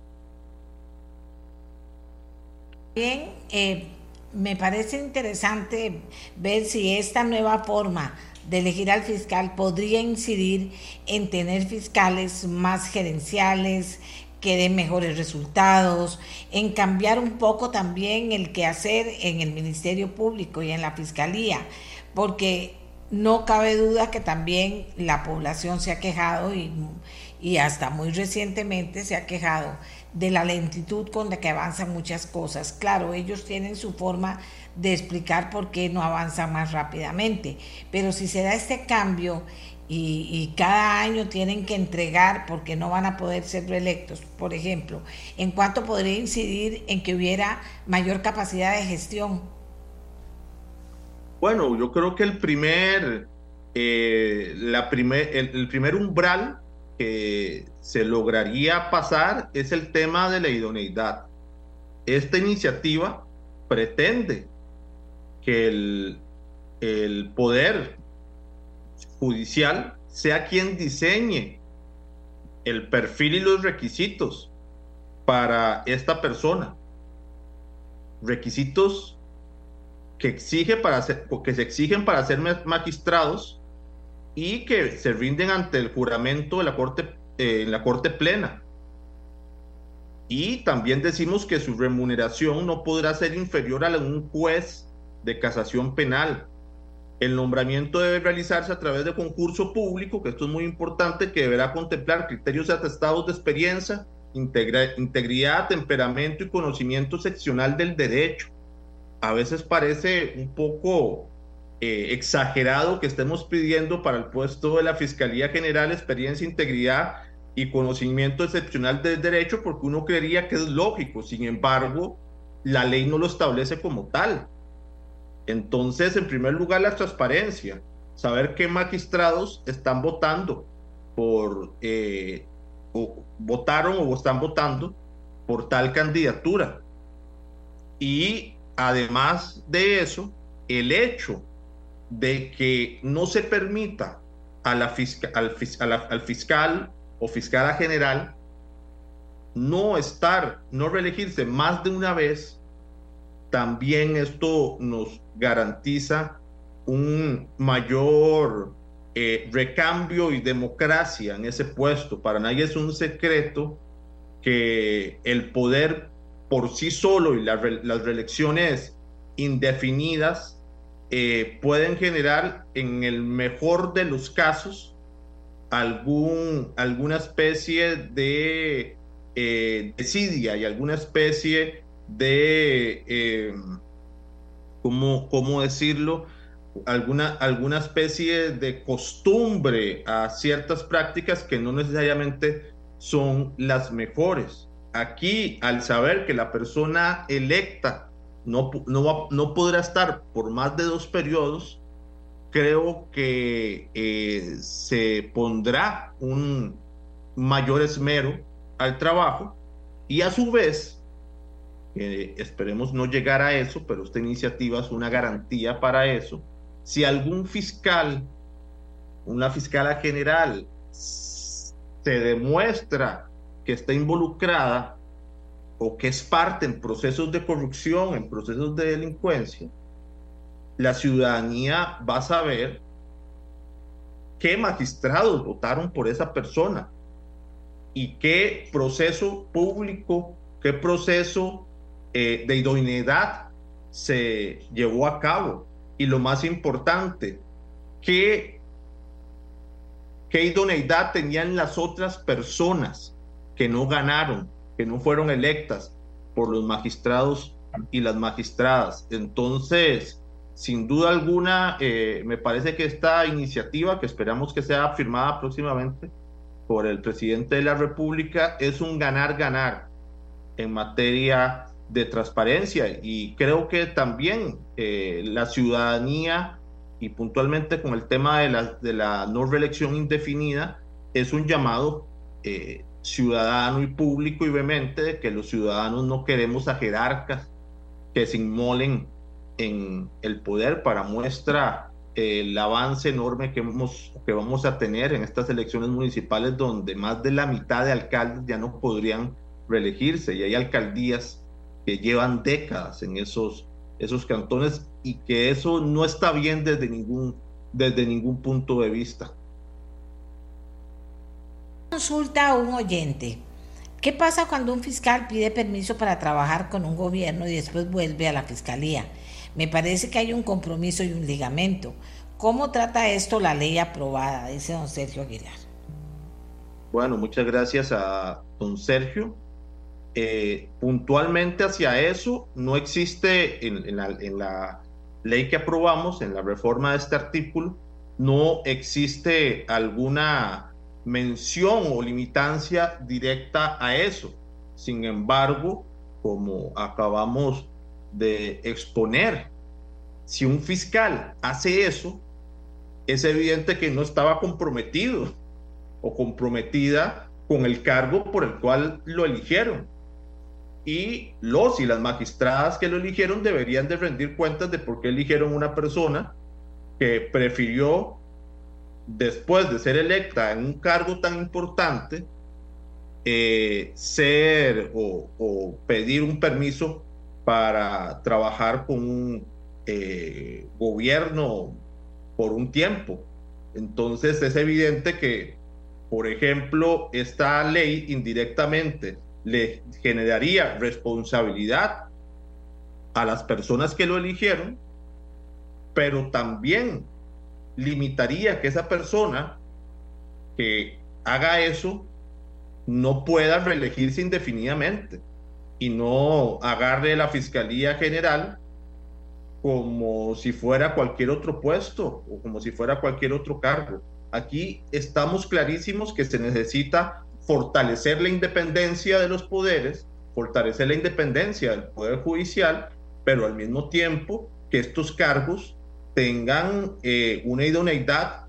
Bien, eh, me parece interesante ver si esta nueva forma de elegir al fiscal podría incidir en tener fiscales más gerenciales, que den mejores resultados, en cambiar un poco también el quehacer en el Ministerio Público y en la Fiscalía, porque no cabe duda que también la población se ha quejado y, y hasta muy recientemente se ha quejado de la lentitud con la que avanzan muchas cosas. Claro, ellos tienen su forma de explicar por qué no avanzan más rápidamente, pero si se da este cambio y, y cada año tienen que entregar porque no van a poder ser reelectos, por ejemplo, ¿en cuánto podría incidir en que hubiera mayor capacidad de gestión? Bueno, yo creo que el primer, eh, la primer, el, el primer umbral que se lograría pasar es el tema de la idoneidad. Esta iniciativa pretende que el, el Poder Judicial sea quien diseñe el perfil y los requisitos para esta persona. Requisitos que exige para ser, que se exigen para ser magistrados y que se rinden ante el juramento de la Corte, eh, en la Corte Plena. Y también decimos que su remuneración no podrá ser inferior a la de un juez de casación penal. El nombramiento debe realizarse a través de concurso público, que esto es muy importante, que deberá contemplar criterios atestados de experiencia, integra, integridad, temperamento y conocimiento seccional del derecho. A veces parece un poco eh, exagerado que estemos pidiendo para el puesto de la Fiscalía General experiencia, integridad y conocimiento excepcional del derecho, porque uno creería que es lógico. Sin embargo, la ley no lo establece como tal. Entonces, en primer lugar, la transparencia, saber qué magistrados están votando por, eh, o votaron o están votando por tal candidatura. Y además de eso, el hecho de que no se permita a la fisca, al, a la, al fiscal o fiscala general no estar, no reelegirse más de una vez, también esto nos garantiza un mayor eh, recambio y democracia en ese puesto. Para nadie es un secreto que el poder por sí solo y la, las reelecciones indefinidas eh, pueden generar, en el mejor de los casos, algún, alguna especie de eh, desidia y alguna especie de, eh, ¿cómo, cómo decirlo? Alguna, alguna especie de costumbre a ciertas prácticas que no necesariamente son las mejores. Aquí, al saber que la persona electa no, no, no podrá estar por más de dos periodos, creo que eh, se pondrá un mayor esmero al trabajo y a su vez, Eh, esperemos no llegar a eso, pero esta iniciativa es una garantía para eso. Si algún fiscal, una fiscala general, se demuestra que está involucrada o que es parte en procesos de corrupción, en procesos de delincuencia, la ciudadanía va a saber qué magistrados votaron por esa persona y qué proceso público, qué proceso Eh, de idoneidad se llevó a cabo. Y lo más importante, ¿qué, qué idoneidad tenían las otras personas que no ganaron, que no fueron electas por los magistrados y las magistradas? Entonces, sin duda alguna, eh, me parece que esta iniciativa, que esperamos que sea firmada próximamente por el presidente de la República, es un ganar-ganar en materia de transparencia, y creo que también eh, la ciudadanía, y puntualmente con el tema de la, de la no reelección indefinida, es un llamado eh, ciudadano y público y vehemente de que los ciudadanos no queremos a jerarcas que se inmolen en el poder. Para muestra eh, el avance enorme que, hemos, que vamos a tener en estas elecciones municipales, donde más de la mitad de alcaldes ya no podrían reelegirse, y hay alcaldías que llevan décadas en esos, esos cantones, y que eso no está bien desde ningún, desde ningún punto de vista. Consulta a un oyente. ¿Qué pasa cuando un fiscal pide permiso para trabajar con un gobierno y después vuelve a la fiscalía? Me parece que hay un compromiso y un ligamento. ¿Cómo trata esto la ley aprobada? Dice don Sergio Aguilar. Bueno, muchas gracias a don Sergio. Eh, puntualmente hacia eso no existe en, en, la, en la ley que aprobamos, en la reforma de este artículo, no existe alguna mención o limitancia directa a eso. Sin embargo, como acabamos de exponer, si un fiscal hace eso, es evidente que no estaba comprometido o comprometida con el cargo por el cual lo eligieron. Y los y las magistradas que lo eligieron deberían de rendir cuentas de por qué eligieron una persona que prefirió, después de ser electa en un cargo tan importante, eh, ser o, o pedir un permiso para trabajar con un eh, gobierno por un tiempo. Entonces es evidente que, por ejemplo, esta ley indirectamente le generaría responsabilidad a las personas que lo eligieron, pero también limitaría que esa persona que haga eso no pueda reelegirse indefinidamente y no agarre la Fiscalía General como si fuera cualquier otro puesto o como si fuera cualquier otro cargo. Aquí estamos clarísimos que se necesita fortalecer la independencia de los poderes, fortalecer la independencia del Poder Judicial, pero al mismo tiempo que estos cargos tengan eh, una idoneidad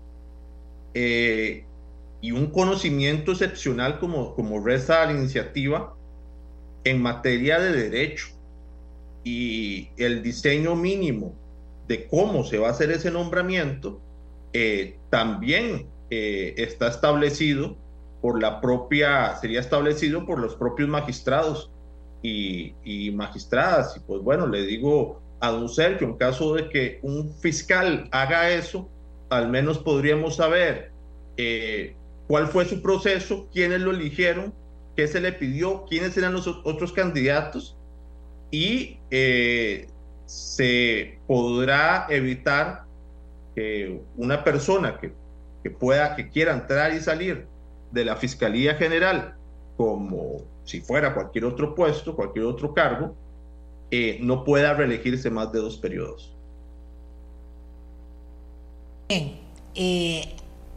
eh, y un conocimiento excepcional como, como resta la iniciativa en materia de derecho, y el diseño mínimo de cómo se va a hacer ese nombramiento eh, también eh, está establecido por la propia, sería establecido por los propios magistrados y, y magistradas. Y pues bueno, le digo a don Sergio, en caso de que un fiscal haga eso, al menos podríamos saber eh, cuál fue su proceso, quiénes lo eligieron, qué se le pidió, quiénes eran los otros candidatos, y eh, se podrá evitar que una persona que, que pueda, que quiera entrar y salir de la Fiscalía General como si fuera cualquier otro puesto, cualquier otro cargo, eh, no pueda reelegirse más de dos periodos. Bien, eh,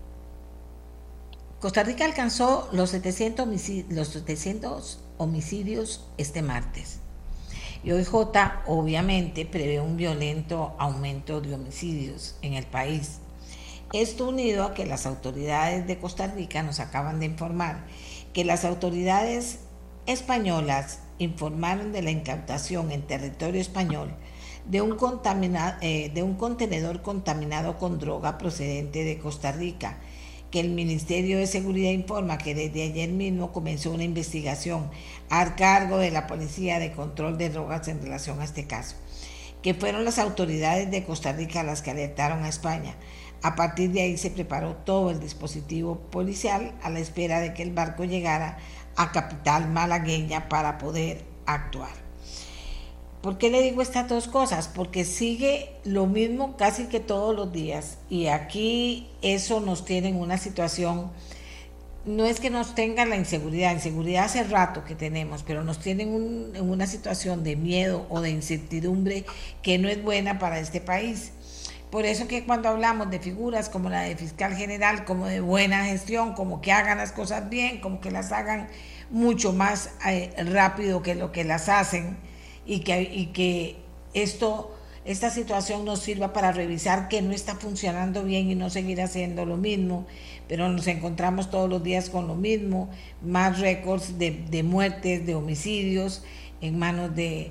Costa Rica alcanzó los setecientos, homicidios, los setecientos homicidios este martes. Y O I J obviamente prevé un violento aumento de homicidios en el país. Esto unido a que las autoridades de Costa Rica nos acaban de informar que las autoridades españolas informaron de la incautación en territorio español de un, contamina, eh, de un contenedor contaminado con droga procedente de Costa Rica, que el Ministerio de Seguridad informa que desde ayer mismo comenzó una investigación a cargo de la Policía de Control de Drogas en relación a este caso, que fueron las autoridades de Costa Rica las que alertaron a España. A partir de ahí se preparó todo el dispositivo policial a la espera de que el barco llegara a capital malagueña para poder actuar. ¿Por qué le digo estas dos cosas? Porque sigue lo mismo casi que todos los días, y aquí eso nos tiene en una situación, no es que nos tengan la inseguridad, inseguridad hace rato que tenemos, pero nos tienen un, en una situación de miedo o de incertidumbre que no es buena para este país. Por eso que cuando hablamos de figuras como la de fiscal general, como de buena gestión, como que hagan las cosas bien, como que las hagan mucho más eh, rápido que lo que las hacen, y que, y que esto, esta situación nos sirva para revisar que no está funcionando bien y no seguir haciendo lo mismo, pero nos encontramos todos los días con lo mismo, más récords de, de muertes, de homicidios en manos de,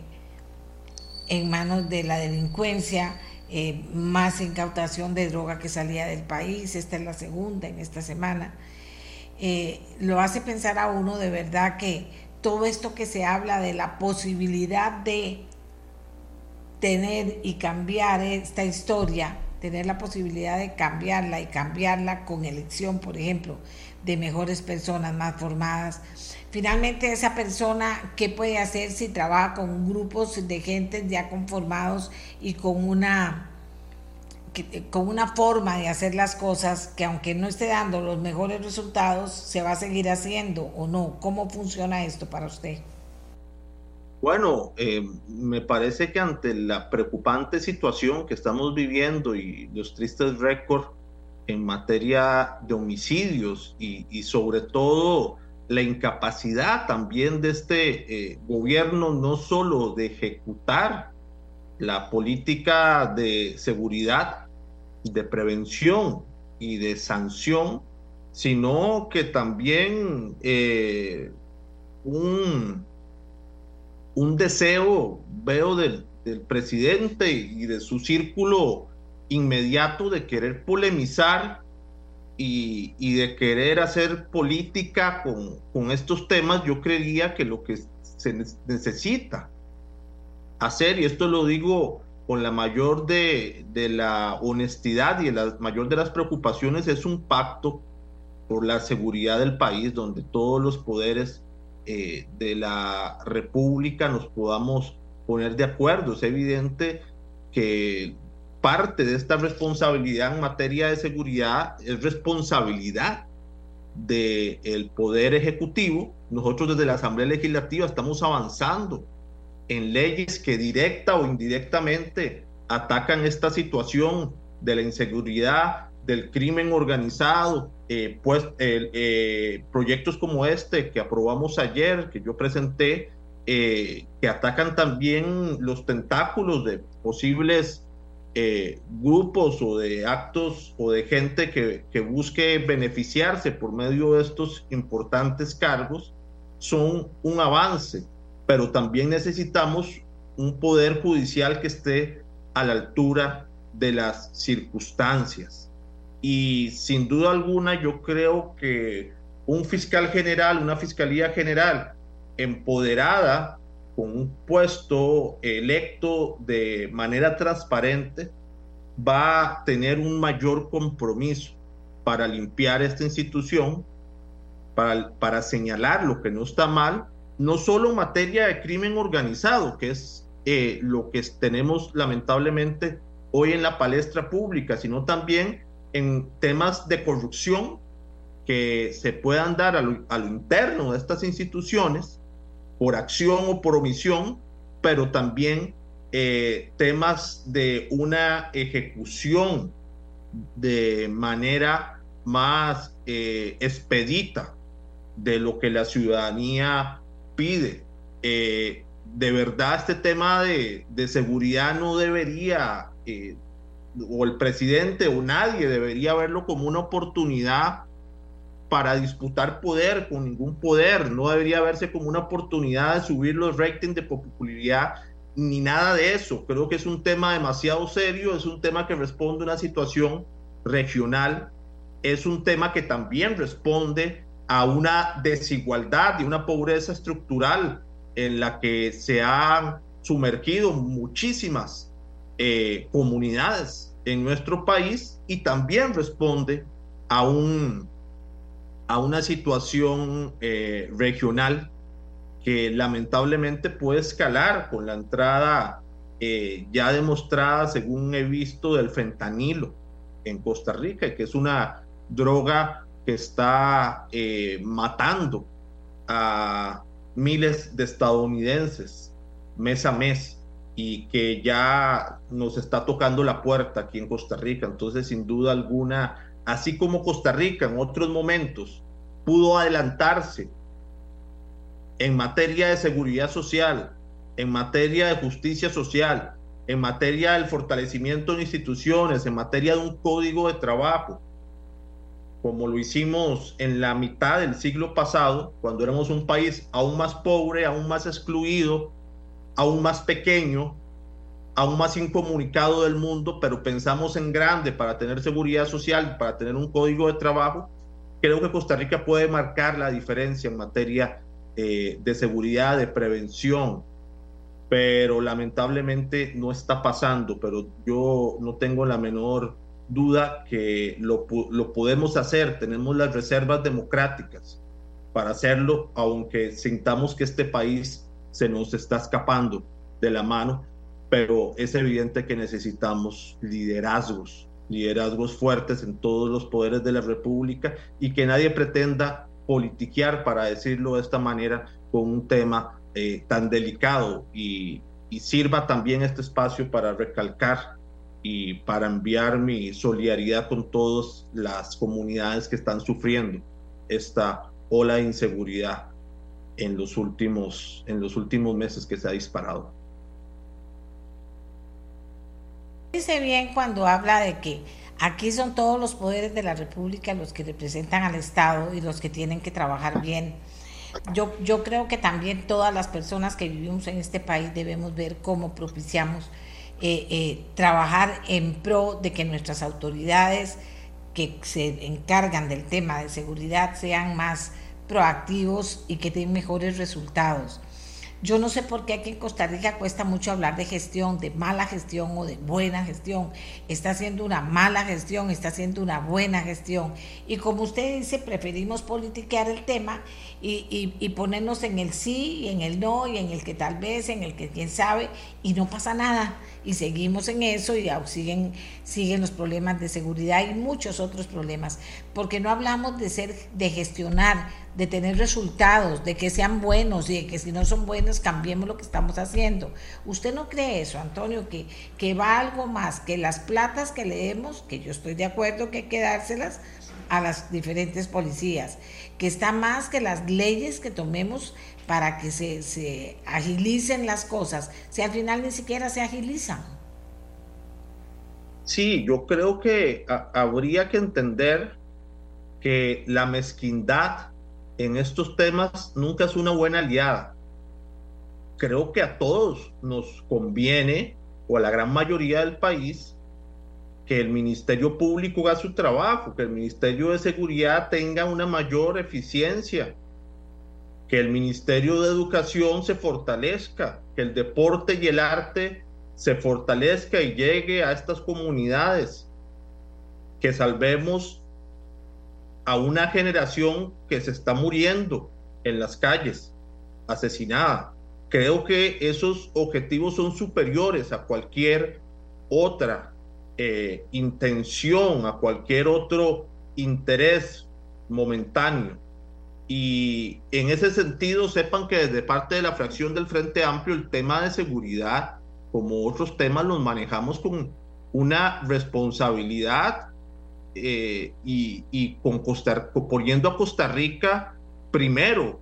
en manos de la delincuencia, eh, más incautación de droga que salía del país. Esta es la segunda en esta semana. Eh, lo hace pensar a uno de verdad que todo esto que se habla de la posibilidad de tener y cambiar esta historia, tener la posibilidad de cambiarla y cambiarla con elección, por ejemplo, de mejores personas más formadas. Finalmente, esa persona, ¿qué puede hacer si trabaja con grupos de gente ya conformados y con una, que, con una forma de hacer las cosas que, aunque no esté dando los mejores resultados, se va a seguir haciendo o no? ¿Cómo funciona esto para usted? Bueno, eh, me parece que ante la preocupante situación que estamos viviendo y los tristes récords en materia de homicidios y, y sobre todo la incapacidad también de este eh, gobierno, no solo de ejecutar la política de seguridad, de prevención y de sanción, sino que también eh, un, un deseo, veo, del, del presidente y de su círculo inmediato de querer polemizar y, y de querer hacer política con, con estos temas. Yo creería que lo que se necesita hacer, y esto lo digo con la mayor de, de la honestidad y la mayor de las preocupaciones, es un pacto por la seguridad del país, donde todos los poderes eh, de la República nos podamos poner de acuerdo. Es evidente que parte de esta responsabilidad en materia de seguridad es responsabilidad del Poder Ejecutivo. Nosotros desde la Asamblea Legislativa estamos avanzando en leyes que directa o indirectamente atacan esta situación de la inseguridad, del crimen organizado, eh, pues eh, eh, proyectos como este que aprobamos ayer, que yo presenté, eh, que atacan también los tentáculos de posibles eh, grupos o de actos o de gente que, que busque beneficiarse por medio de estos importantes cargos, son un avance, pero también necesitamos un poder judicial que esté a la altura de las circunstancias. Y sin duda alguna yo creo que un fiscal general, una fiscalía general empoderada, con un puesto electo de manera transparente, va a tener un mayor compromiso para limpiar esta institución, para, para señalar lo que no está mal, no solo en materia de crimen organizado, que es eh, lo que tenemos lamentablemente hoy en la palestra pública, sino también en temas de corrupción que se puedan dar a lo, a lo interno de estas instituciones, por acción o por omisión, pero también eh, temas de una ejecución de manera más eh, expedita de lo que la ciudadanía pide. Eh, de verdad este tema de, de seguridad no debería, eh, o el presidente o nadie debería verlo como una oportunidad para disputar poder con ningún poder, no debería verse como una oportunidad de subir los ratings de popularidad, ni nada de eso. Creo que es un tema demasiado serio, es un tema que responde a una situación regional, es un tema que también responde a una desigualdad y una pobreza estructural en la que se han sumergido muchísimas eh, comunidades en nuestro país, y también responde a un a una situación eh, regional que lamentablemente puede escalar con la entrada eh, ya demostrada, según he visto, del fentanilo en Costa Rica, que es una droga que está eh, matando a miles de estadounidenses mes a mes, y que ya nos está tocando la puerta aquí en Costa Rica. Entonces, sin duda alguna, así como Costa Rica en otros momentos pudo adelantarse en materia de seguridad social, en materia de justicia social, en materia del fortalecimiento de instituciones, en materia de un código de trabajo, como lo hicimos en la mitad del siglo pasado, cuando éramos un país aún más pobre, aún más excluido, aún más pequeño, aún más incomunicado del mundo, pero pensamos en grande para tener seguridad social, para tener un código de trabajo. Creo que Costa Rica puede marcar la diferencia en materia eh, de seguridad, de prevención, pero lamentablemente no está pasando. Pero yo no tengo la menor duda que lo, lo podemos hacer. Tenemos las reservas democráticas para hacerlo, aunque sintamos que este país se nos está escapando de la mano, pero es evidente que necesitamos liderazgos, liderazgos fuertes en todos los poderes de la República, y que nadie pretenda politiquear, para decirlo de esta manera, con un tema eh, tan delicado, y, y sirva también este espacio para recalcar y para enviar mi solidaridad con todas las comunidades que están sufriendo esta ola de inseguridad en los últimos, en los últimos meses que se ha disparado. Dice bien cuando habla de que aquí son todos los poderes de la República los que representan al Estado y los que tienen que trabajar bien. Yo, yo creo que también todas las personas que vivimos en este país debemos ver cómo propiciamos eh, eh, trabajar en pro de que nuestras autoridades que se encargan del tema de seguridad sean más proactivos y que den mejores resultados. Yo no sé por qué aquí en Costa Rica cuesta mucho hablar de gestión, de mala gestión o de buena gestión. Está haciendo una mala gestión, está haciendo una buena gestión. Y como usted dice, preferimos politiquear el tema y, y, y ponernos en el sí y en el no y en el que tal vez, en el que quién sabe, y no pasa nada. y seguimos en eso y siguen, siguen los problemas de seguridad y muchos otros problemas, porque no hablamos de ser, de gestionar, de tener resultados, de que sean buenos y de que si no son buenos cambiemos lo que estamos haciendo. ¿Usted no cree eso, Antonio, que, que va algo más, que las platas que leemos, que yo estoy de acuerdo que hay que dárselas a las diferentes policías, que está más que las leyes que tomemos para que se, se agilicen las cosas, si al final ni siquiera se agilizan? Sí, yo creo que a, habría que entender que la mezquindad en estos temas nunca es una buena aliada. Creo que a todos nos conviene, o a la gran mayoría del país, que el Ministerio Público haga su trabajo, que el Ministerio de Seguridad tenga una mayor eficiencia, que el Ministerio de Educación se fortalezca, que el deporte y el arte se fortalezca y llegue a estas comunidades, que salvemos a una generación que se está muriendo en las calles, asesinada. Creo que esos objetivos son superiores a cualquier otra eh, intención, a cualquier otro interés momentáneo. Y en ese sentido, sepan que desde parte de la fracción del Frente Amplio, el tema de seguridad, como otros temas, los manejamos con una responsabilidad eh, y, y con Costa, poniendo a Costa Rica primero.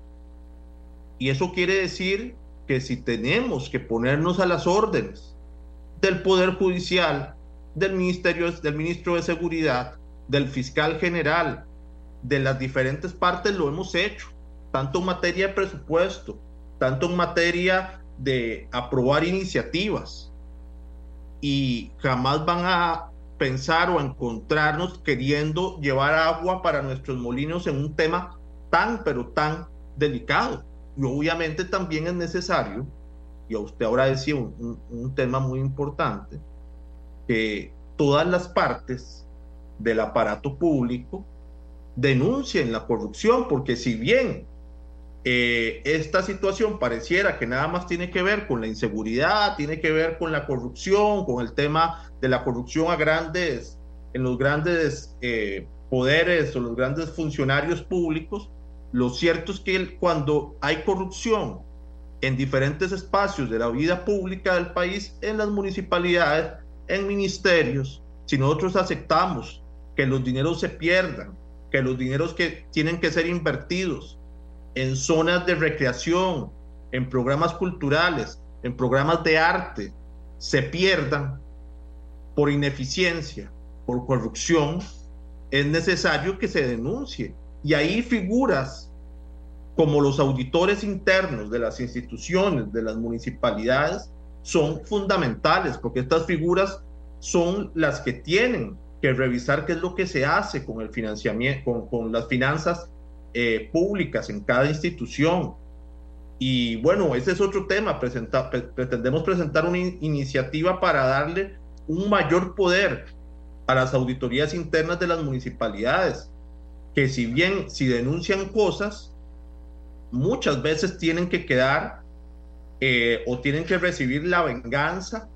Y eso quiere decir que si tenemos que ponernos a las órdenes del Poder Judicial, del Ministerio, del Ministro de Seguridad, del Fiscal General, de las diferentes partes, lo hemos hecho, tanto en materia de presupuesto, tanto en materia de aprobar iniciativas, y jamás van a pensar o a encontrarnos queriendo llevar agua para nuestros molinos en un tema tan, pero tan delicado. Y obviamente también es necesario, y a usted ahora decía un, un, un tema muy importante, que todas las partes del aparato público denuncien la corrupción, porque si bien eh, esta situación pareciera que nada más tiene que ver con la inseguridad, tiene que ver con la corrupción, con el tema de la corrupción a grandes, en los grandes eh, poderes o los grandes funcionarios públicos, lo cierto es que cuando hay corrupción en diferentes espacios de la vida pública del país, en las municipalidades, en ministerios, si nosotros aceptamos que los dineros se pierdan, que los dineros que tienen que ser invertidos en zonas de recreación, en programas culturales, en programas de arte, se pierdan por ineficiencia, por corrupción, es necesario que se denuncie. Y ahí figuras como los auditores internos de las instituciones, de las municipalidades, son fundamentales, porque estas figuras son las que tienen que revisar qué es lo que se hace con el financiamiento, con, con las finanzas eh, públicas en cada institución. Y bueno, ese es otro tema. Presenta, pre pretendemos presentar una in iniciativa para darle un mayor poder a las auditorías internas de las municipalidades, que si bien si denuncian cosas, muchas veces tienen que quedar eh, o tienen que recibir la venganza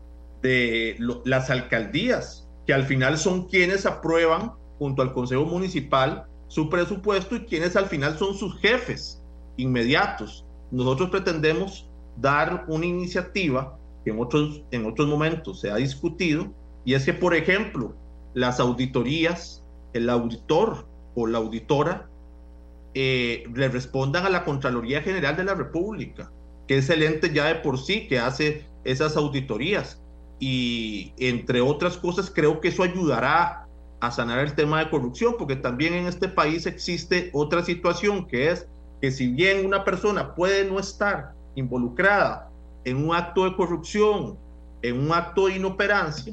de lo, las alcaldías, que al final son quienes aprueban junto al Consejo Municipal su presupuesto y quienes al final son sus jefes inmediatos. Nosotros pretendemos dar una iniciativa que en otros, en otros momentos se ha discutido, y es que, por ejemplo, las auditorías, el auditor o la auditora eh, le respondan a la Contraloría General de la República, que es el ente ya de por sí que hace esas auditorías. Y entre otras cosas, creo que eso ayudará a sanar el tema de corrupción, porque también en este país existe otra situación, que es que si bien una persona puede no estar involucrada en un acto de corrupción, en un acto de inoperancia,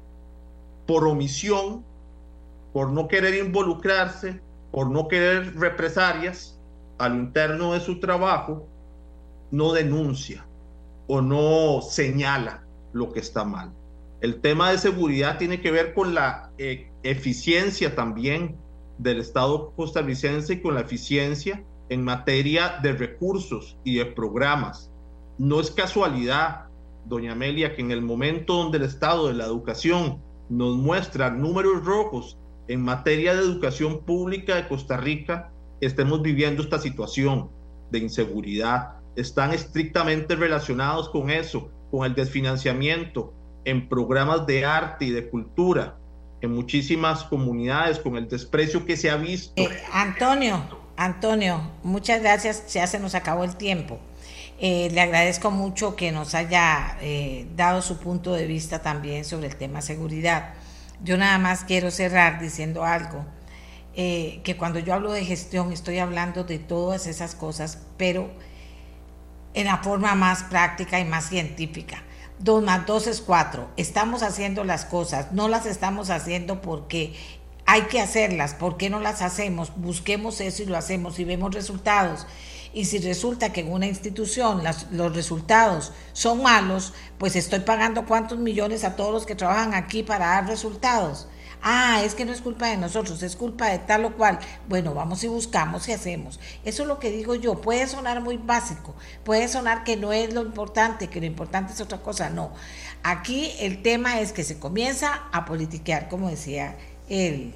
por omisión, por no querer involucrarse, por no querer represalias a lo interno de su trabajo, no denuncia o no señala lo que está mal. El tema de seguridad tiene que ver con la eh, eficiencia también del Estado costarricense y con la eficiencia en materia de recursos y de programas. No es casualidad doña Amelia, que en el momento donde el estado de la educación nos muestra números rojos en materia de educación pública de Costa Rica, estemos viviendo esta situación de inseguridad. Están estrictamente relacionados con eso, con el desfinanciamiento en programas de arte y de cultura en muchísimas comunidades, con el desprecio que se ha visto. Eh, Antonio, Antonio, muchas gracias, ya se nos acabó el tiempo. Eh, le agradezco mucho que nos haya eh, dado su punto de vista también sobre el tema seguridad. Yo nada más quiero cerrar diciendo algo, eh, que cuando yo hablo de gestión estoy hablando de todas esas cosas, pero en la forma más práctica y más científica. Dos más dos es cuatro. Estamos haciendo las cosas, no las estamos haciendo porque hay que hacerlas. ¿Por qué no las hacemos? Busquemos eso y lo hacemos y vemos resultados. Y si resulta que en una institución las, los resultados son malos, pues estoy pagando cuántos millones a todos los que trabajan aquí para dar resultados. Ah, es que no es culpa de nosotros, es culpa de tal o cual. Bueno, vamos y buscamos y hacemos. Eso es lo que digo yo. Puede sonar muy básico, puede sonar que no es lo importante, que lo importante es otra cosa. No, aquí el tema es que se comienza a politiquear, como decía el,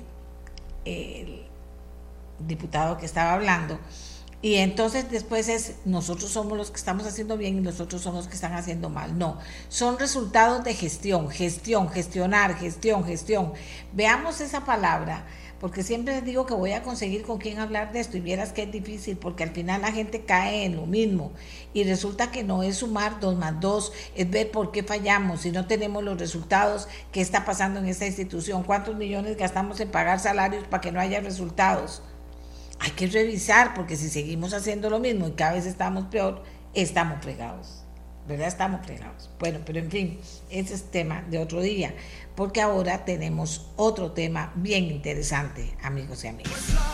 el diputado que estaba hablando. Y entonces después es, nosotros somos los que estamos haciendo bien y los otros son los que están haciendo mal. No, son resultados de gestión, gestión, gestionar, gestión, gestión. Veamos esa palabra, porque siempre les digo que voy a conseguir con quién hablar de esto y vieras que es difícil, porque al final la gente cae en lo mismo y resulta que no es sumar dos más dos, es ver por qué fallamos, si no tenemos los resultados, qué está pasando en esta institución, cuántos millones gastamos en pagar salarios para que no haya resultados. Hay que revisar, porque si seguimos haciendo lo mismo y cada vez estamos peor, estamos fregados, ¿verdad? Estamos fregados. Bueno, pero en fin, ese es tema de otro día, porque ahora tenemos otro tema bien interesante, amigos y amigas.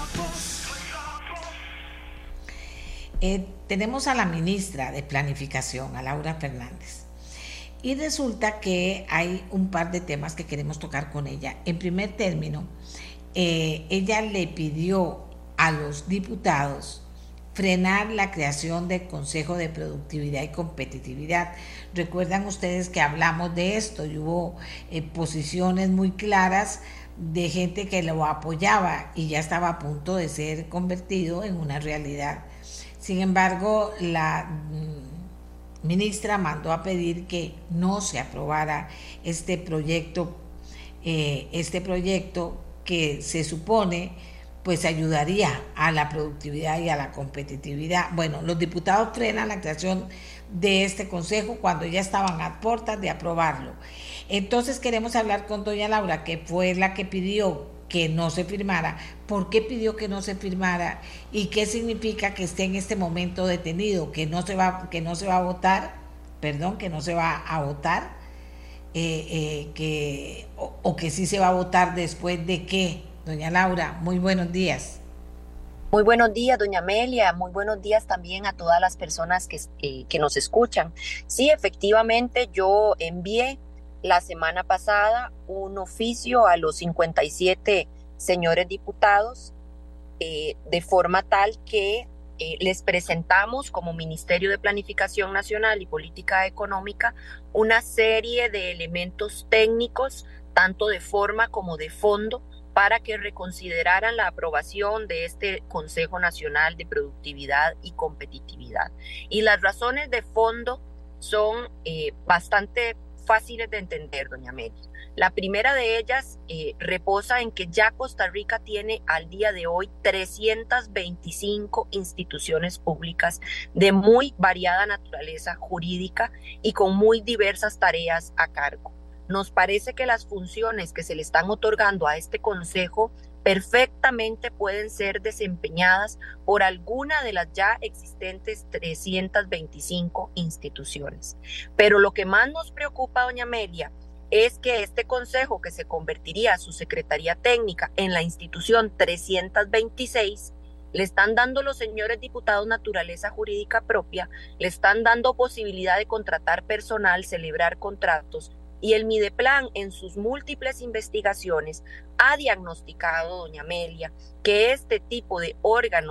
Eh, tenemos a la ministra de Planificación, a Laura Fernández, y resulta que hay un par de temas que queremos tocar con ella. En primer término, eh, ella le pidió a los diputados frenar la creación del Consejo de Productividad y Competitividad. Recuerdan ustedes que hablamos de esto y hubo eh, posiciones muy claras de gente que lo apoyaba y ya estaba a punto de ser convertido en una realidad. Sin embargo, la mm, ministra mandó a pedir que no se aprobara este proyecto, eh, este proyecto que se supone pues ayudaría a la productividad y a la competitividad. Bueno, los diputados frenan la creación de este consejo cuando ya estaban a puertas de aprobarlo. Entonces queremos hablar con doña Laura, que fue la que pidió que no se firmara. ¿Por qué pidió que no se firmara? ¿Y qué significa que esté en este momento detenido? ¿Que no se va, que no se va a votar? Perdón, que no se va a votar. Eh, eh, que, o, o que sí se va a votar después de qué. Doña Laura, muy buenos días. Muy buenos días, doña Amelia. Muy buenos días también a todas las personas que, eh, que nos escuchan. Sí, efectivamente, yo envié la semana pasada un oficio a los cincuenta y siete señores diputados eh, de forma tal que eh, les presentamos como Ministerio de Planificación Nacional y Política Económica una serie de elementos técnicos, tanto de forma como de fondo, para que reconsideraran la aprobación de este Consejo Nacional de Productividad y Competitividad. Y las razones de fondo son eh, bastante fáciles de entender, doña Amelia. La primera de ellas eh, reposa en que ya Costa Rica tiene al día de hoy trescientas veinticinco instituciones públicas de muy variada naturaleza jurídica y con muy diversas tareas a cargo. Nos parece que las funciones que se le están otorgando a este consejo perfectamente pueden ser desempeñadas por alguna de las ya existentes trescientas veinticinco instituciones. Pero lo que más nos preocupa, doña Amelia, es que este consejo, que se convertiría a su secretaría técnica en la institución trescientos veintiséis, le están dando los señores diputados naturaleza jurídica propia, le están dando posibilidad de contratar personal, celebrar contratos. Y el Mideplan, en sus múltiples investigaciones, ha diagnosticado, doña Amelia, que este tipo de órganos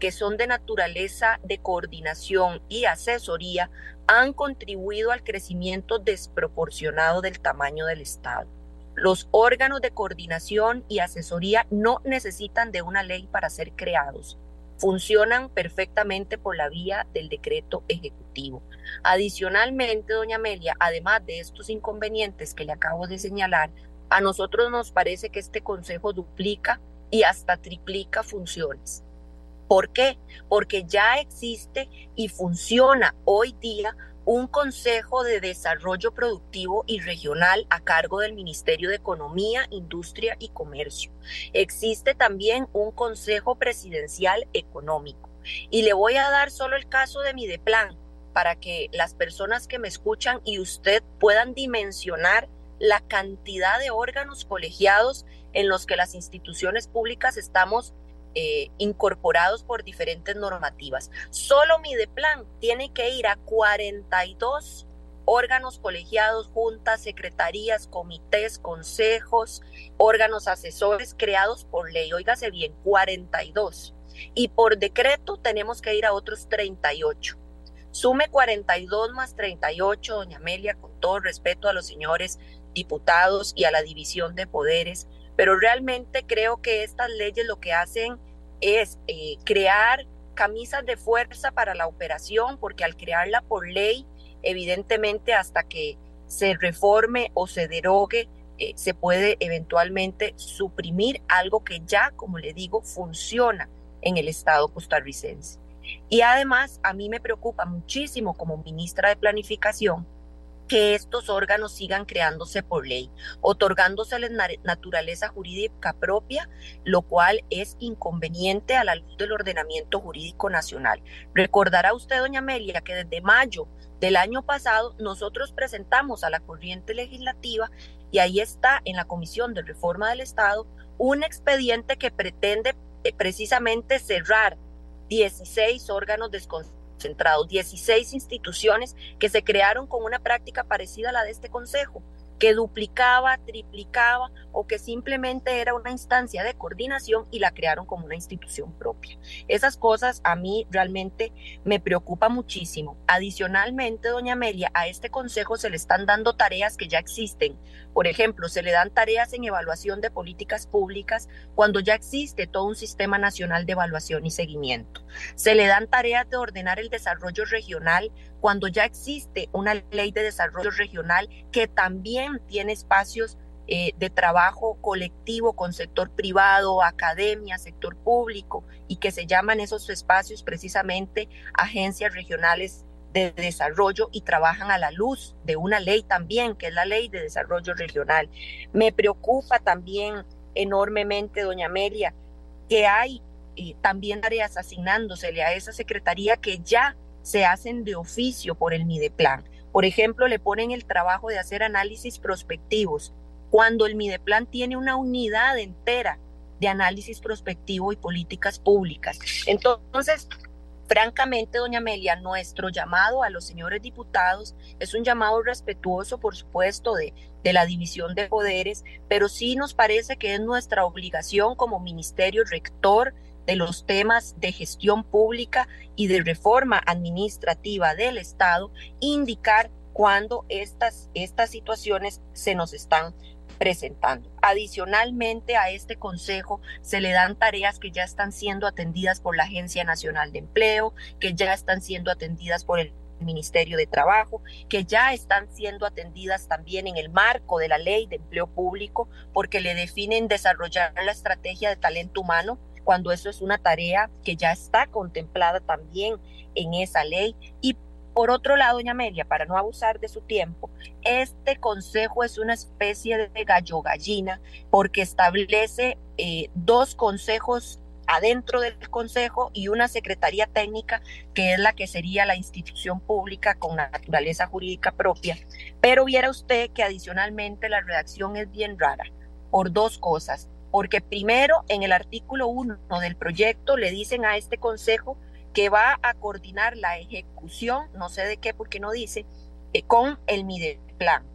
que son de naturaleza de coordinación y asesoría, han contribuido al crecimiento desproporcionado del tamaño del Estado. Los órganos de coordinación y asesoría no necesitan de una ley para ser creados. Funcionan perfectamente por la vía del decreto ejecutivo. Adicionalmente, doña Amelia, además de estos inconvenientes que le acabo de señalar, a nosotros nos parece que este consejo duplica y hasta triplica funciones. ¿Por qué? Porque ya existe y funciona hoy día un Consejo de Desarrollo Productivo y Regional a cargo del Ministerio de Economía, Industria y Comercio. Existe también un Consejo Presidencial Económico. Y le voy a dar solo el caso de Mideplan para que las personas que me escuchan y usted puedan dimensionar la cantidad de órganos colegiados en los que las instituciones públicas estamos Eh, incorporados por diferentes normativas. Solo Mideplan tiene que ir a cuarenta y dos órganos colegiados, juntas, secretarías, comités, consejos, órganos asesores creados por ley. Óigase bien, cuarenta y dos. Y por decreto tenemos que ir a otros treinta y ocho. Sume cuarenta y dos más treinta y ocho, doña Amelia, con todo respeto a los señores diputados y a la división de poderes, pero realmente creo que estas leyes lo que hacen es eh, crear camisas de fuerza para la operación, porque al crearla por ley, evidentemente hasta que se reforme o se derogue, eh, se puede eventualmente suprimir algo que ya, como le digo, funciona en el Estado costarricense. Y además, a mí me preocupa muchísimo como ministra de Planificación que estos órganos sigan creándose por ley, otorgándoseles naturaleza jurídica propia, lo cual es inconveniente a la luz del ordenamiento jurídico nacional. Recordará usted, doña Amelia, que desde mayo del año pasado nosotros presentamos a la corriente legislativa y ahí está en la Comisión de Reforma del Estado un expediente que pretende eh, precisamente cerrar dieciséis órganos desconcentrados, dieciséis instituciones que se crearon con una práctica parecida a la de este consejo, que duplicaba, triplicaba o que simplemente era una instancia de coordinación y la crearon como una institución propia. Esas cosas a mí realmente me preocupan muchísimo. Adicionalmente, doña Amelia, a este consejo se le están dando tareas que ya existen. Por ejemplo, se le dan tareas en evaluación de políticas públicas cuando ya existe todo un sistema nacional de evaluación y seguimiento. Se le dan tareas de ordenar el desarrollo regional cuando ya existe una ley de desarrollo regional que también tiene espacios eh, de trabajo colectivo con sector privado, academia, sector público, y que se llaman esos espacios precisamente agencias regionales de desarrollo y trabajan a la luz de una ley también, que es la Ley de Desarrollo Regional. Me preocupa también enormemente, doña Amelia, que hay eh, también tareas asignándosele a esa secretaría que ya se hacen de oficio por el Mideplan. Por ejemplo, le ponen el trabajo de hacer análisis prospectivos, cuando el Mideplan tiene una unidad entera de análisis prospectivo y políticas públicas. Entonces, francamente, doña Amelia, nuestro llamado a los señores diputados es un llamado respetuoso, por supuesto, de, de la división de poderes, pero sí nos parece que es nuestra obligación como ministerio rector de los temas de gestión pública y de reforma administrativa del Estado, indicar cuando estas, estas situaciones se nos están presentando. Adicionalmente a este consejo se le dan tareas que ya están siendo atendidas por la Agencia Nacional de Empleo, que ya están siendo atendidas por el Ministerio de Trabajo, que ya están siendo atendidas también en el marco de la Ley de Empleo Público, porque le definen desarrollar la estrategia de talento humano, cuando eso es una tarea que ya está contemplada también en esa ley. Y por otro lado, doña Amelia, para no abusar de su tiempo, este consejo es una especie de gallo gallina porque establece eh, dos consejos adentro del consejo y una secretaría técnica que es la que sería la institución pública con naturaleza jurídica propia. Pero viera usted que adicionalmente la redacción es bien rara por dos cosas. Porque primero, en el artículo uno del proyecto le dicen a este consejo que va a coordinar la ejecución, no sé de qué, porque no dice, eh, con el Mideplan.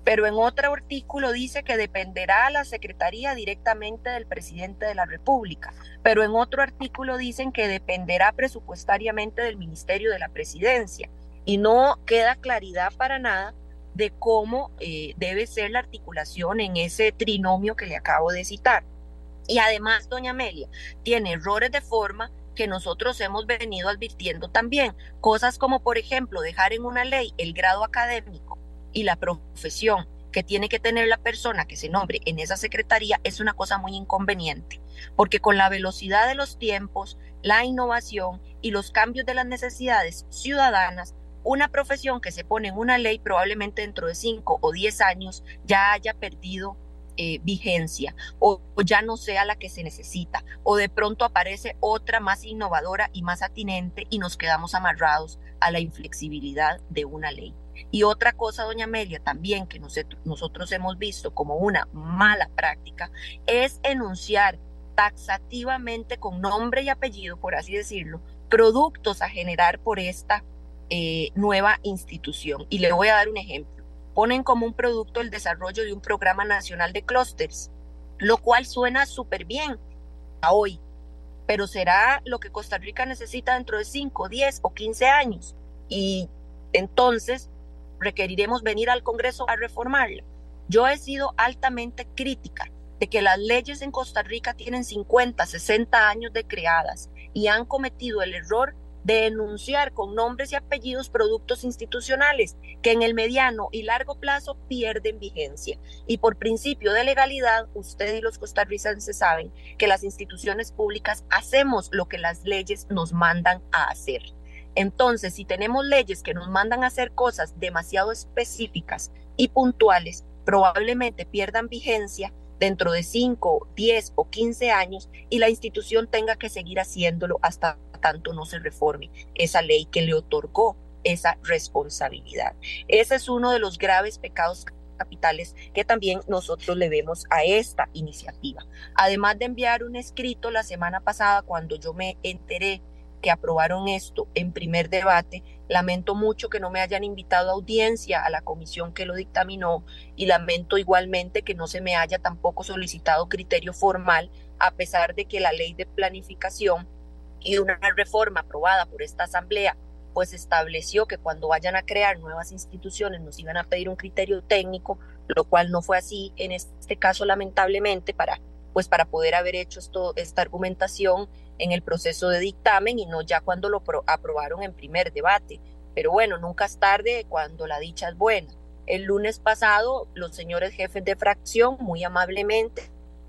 pero en otro artículo dice que dependerá a la Secretaría directamente del presidente de la República, pero en otro artículo dicen que dependerá presupuestariamente del Ministerio de la Presidencia, y no queda claridad para nada de cómo eh, debe ser la articulación en ese trinomio que le acabo de citar. Y además, doña Amelia, tiene errores de forma que nosotros hemos venido advirtiendo también, cosas como, por ejemplo, dejar en una ley el grado académico y la profesión que tiene que tener la persona que se nombre en esa secretaría es una cosa muy inconveniente, porque con la velocidad de los tiempos, la innovación y los cambios de las necesidades ciudadanas, una profesión que se pone en una ley probablemente dentro de cinco o diez años ya haya perdido eh, vigencia o, o ya no sea la que se necesita, o de pronto aparece otra más innovadora y más atinente y nos quedamos amarrados a la inflexibilidad de una ley. Y otra cosa, doña Amelia, también que nosotros hemos visto como una mala práctica es enunciar taxativamente con nombre y apellido, por así decirlo, productos a generar por esta eh, nueva institución. Y le voy a dar un ejemplo. Ponen como un producto el desarrollo de un programa nacional de clústeres, lo cual suena súper bien a hoy, pero será lo que Costa Rica necesita dentro de cinco, diez o quince años. Y entonces requeriremos venir al Congreso a reformarla. Yo he sido altamente crítica de que las leyes en Costa Rica tienen cincuenta, sesenta años de creadas y han cometido el error de enunciar con nombres y apellidos productos institucionales que en el mediano y largo plazo pierden vigencia. Y por principio de legalidad, ustedes y los costarricenses saben que las instituciones públicas hacemos lo que las leyes nos mandan a hacer. Entonces, si tenemos leyes que nos mandan a hacer cosas demasiado específicas y puntuales, probablemente pierdan vigencia dentro de cinco, diez o quince años y la institución tenga que seguir haciéndolo hasta tanto no se reforme esa ley que le otorgó esa responsabilidad. Ese es uno de los graves pecados capitales que también nosotros le vemos a esta iniciativa. Además de enviar un escrito la semana pasada cuando yo me enteré que aprobaron esto en primer debate, lamento mucho que no me hayan invitado a audiencia a la comisión que lo dictaminó y lamento igualmente que no se me haya tampoco solicitado criterio formal, a pesar de que la ley de planificación y una reforma aprobada por esta asamblea pues estableció que cuando vayan a crear nuevas instituciones nos iban a pedir un criterio técnico, lo cual no fue así en este caso lamentablemente para pues para poder haber hecho esto, esta argumentación en el proceso de dictamen y no ya cuando lo pro, aprobaron en primer debate. Pero bueno, nunca es tarde cuando la dicha es buena. El lunes pasado, los señores jefes de fracción muy amablemente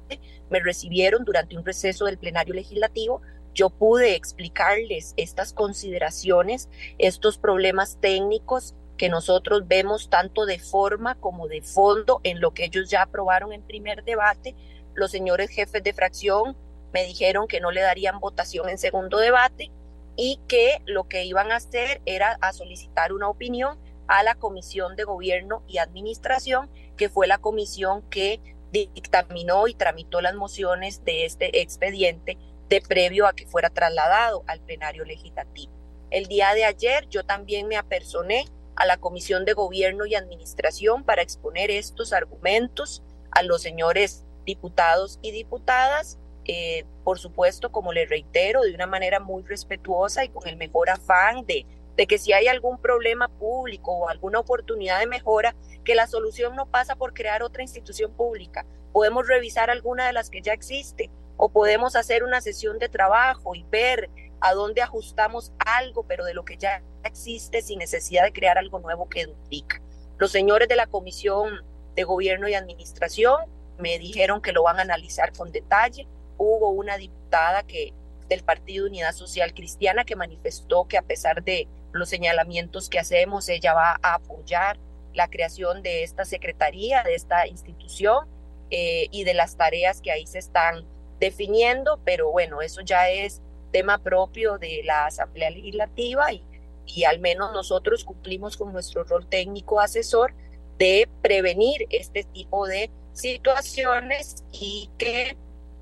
me recibieron durante un receso del plenario legislativo. Yo pude explicarles estas consideraciones, estos problemas técnicos que nosotros vemos tanto de forma como de fondo en lo que ellos ya aprobaron en primer debate. Los señores jefes de fracción me dijeron que no le darían votación en segundo debate y que lo que iban a hacer era a solicitar una opinión a la Comisión de Gobierno y Administración, que fue la comisión que dictaminó y tramitó las mociones de este expediente de previo a que fuera trasladado al plenario legislativo. El día de ayer yo también me apersoné a la Comisión de Gobierno y Administración para exponer estos argumentos a los señores diputados y diputadas, eh, por supuesto, como les reitero, de una manera muy respetuosa y con el mejor afán de, de que si hay algún problema público o alguna oportunidad de mejora, que la solución no pasa por crear otra institución pública. Podemos revisar alguna de las que ya existe o podemos hacer una sesión de trabajo y ver a dónde ajustamos algo, pero de lo que ya existe sin necesidad de crear algo nuevo que duplica. Los señores de la Comisión de Gobierno y Administración me dijeron que lo van a analizar con detalle. Hubo una diputada que, del Partido Unidad Social Cristiana que manifestó que a pesar de los señalamientos que hacemos, ella va a apoyar la creación de esta secretaría, de esta institución eh, y de las tareas que ahí se están definiendo, pero bueno, eso ya es tema propio de la Asamblea Legislativa y, y al menos nosotros cumplimos con nuestro rol técnico asesor de prevenir este tipo de situaciones y que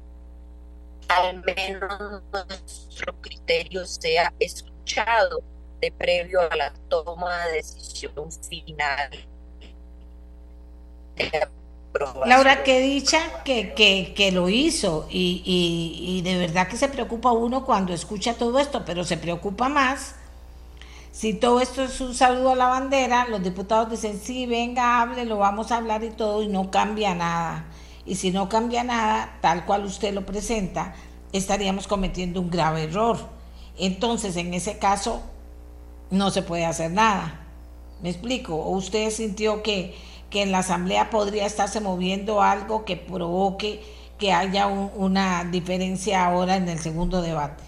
al menos nuestro criterio sea escuchado de previo a la toma de decisión final Laura, qué dicha que, que, que lo hizo y, y, y de verdad que se preocupa uno cuando escucha todo esto, pero se preocupa más si todo esto es un saludo a la bandera. Los diputados dicen, sí, venga, hable, lo vamos a hablar y todo, y no cambia nada. Y si no cambia nada, tal cual usted lo presenta, estaríamos cometiendo un grave error. Entonces, en ese caso, no se puede hacer nada. ¿Me explico? ¿O usted sintió que, que en la Asamblea podría estarse moviendo algo que provoque que haya un, una diferencia ahora en el segundo debate?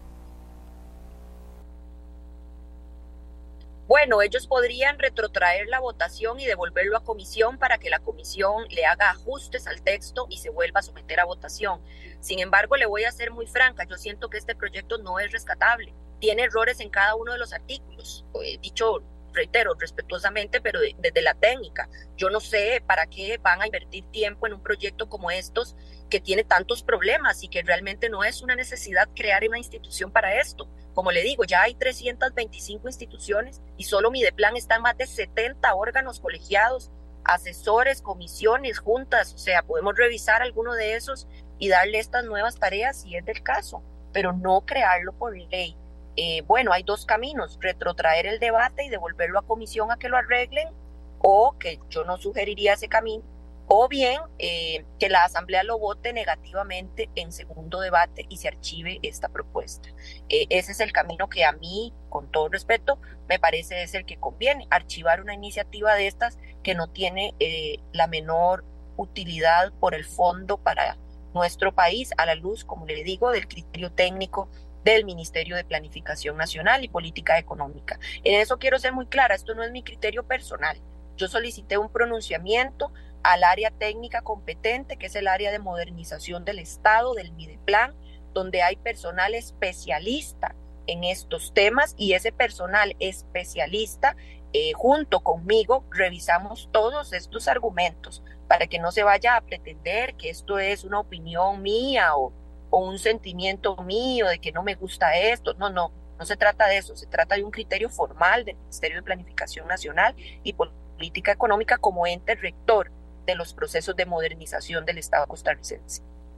Bueno, ellos podrían retrotraer la votación y devolverlo a comisión para que la comisión le haga ajustes al texto y se vuelva a someter a votación. Sin embargo, le voy a ser muy franca, yo siento que este proyecto no es rescatable. Tiene errores en cada uno de los artículos. He dicho, reitero, respetuosamente, pero de, desde la técnica. Yo no sé para qué van a invertir tiempo en un proyecto como estos que tiene tantos problemas y que realmente no es una necesidad crear una institución para esto. Como le digo, ya hay trescientas veinticinco instituciones y solo Mideplan está en más de setenta órganos colegiados, asesores, comisiones, juntas. O sea, podemos revisar alguno de esos y darle estas nuevas tareas si es del caso, pero no crearlo por ley. Eh, bueno, hay dos caminos: retrotraer el debate y devolverlo a comisión a que lo arreglen, o que yo no sugeriría ese camino, o bien eh, que la Asamblea lo vote negativamente en segundo debate y se archive esta propuesta. Eh, ese es el camino que a mí, con todo respeto, me parece es el que conviene: archivar una iniciativa de estas que no tiene eh, la menor utilidad por el fondo para nuestro país, a la luz, como le digo, del criterio técnico del Ministerio de Planificación Nacional y Política Económica. En eso quiero ser muy clara, esto no es mi criterio personal. Yo solicité un pronunciamiento al área técnica competente, que es el área de modernización del Estado, del Mideplan, donde hay personal especialista en estos temas, y ese personal especialista, eh, junto conmigo, revisamos todos estos argumentos para que no se vaya a pretender que esto es una opinión mía o o un sentimiento mío de que no me gusta esto. No, no, no se trata de eso, se trata de un criterio formal del Ministerio de Planificación Nacional y Política Económica como ente rector de los procesos de modernización del Estado costarricense.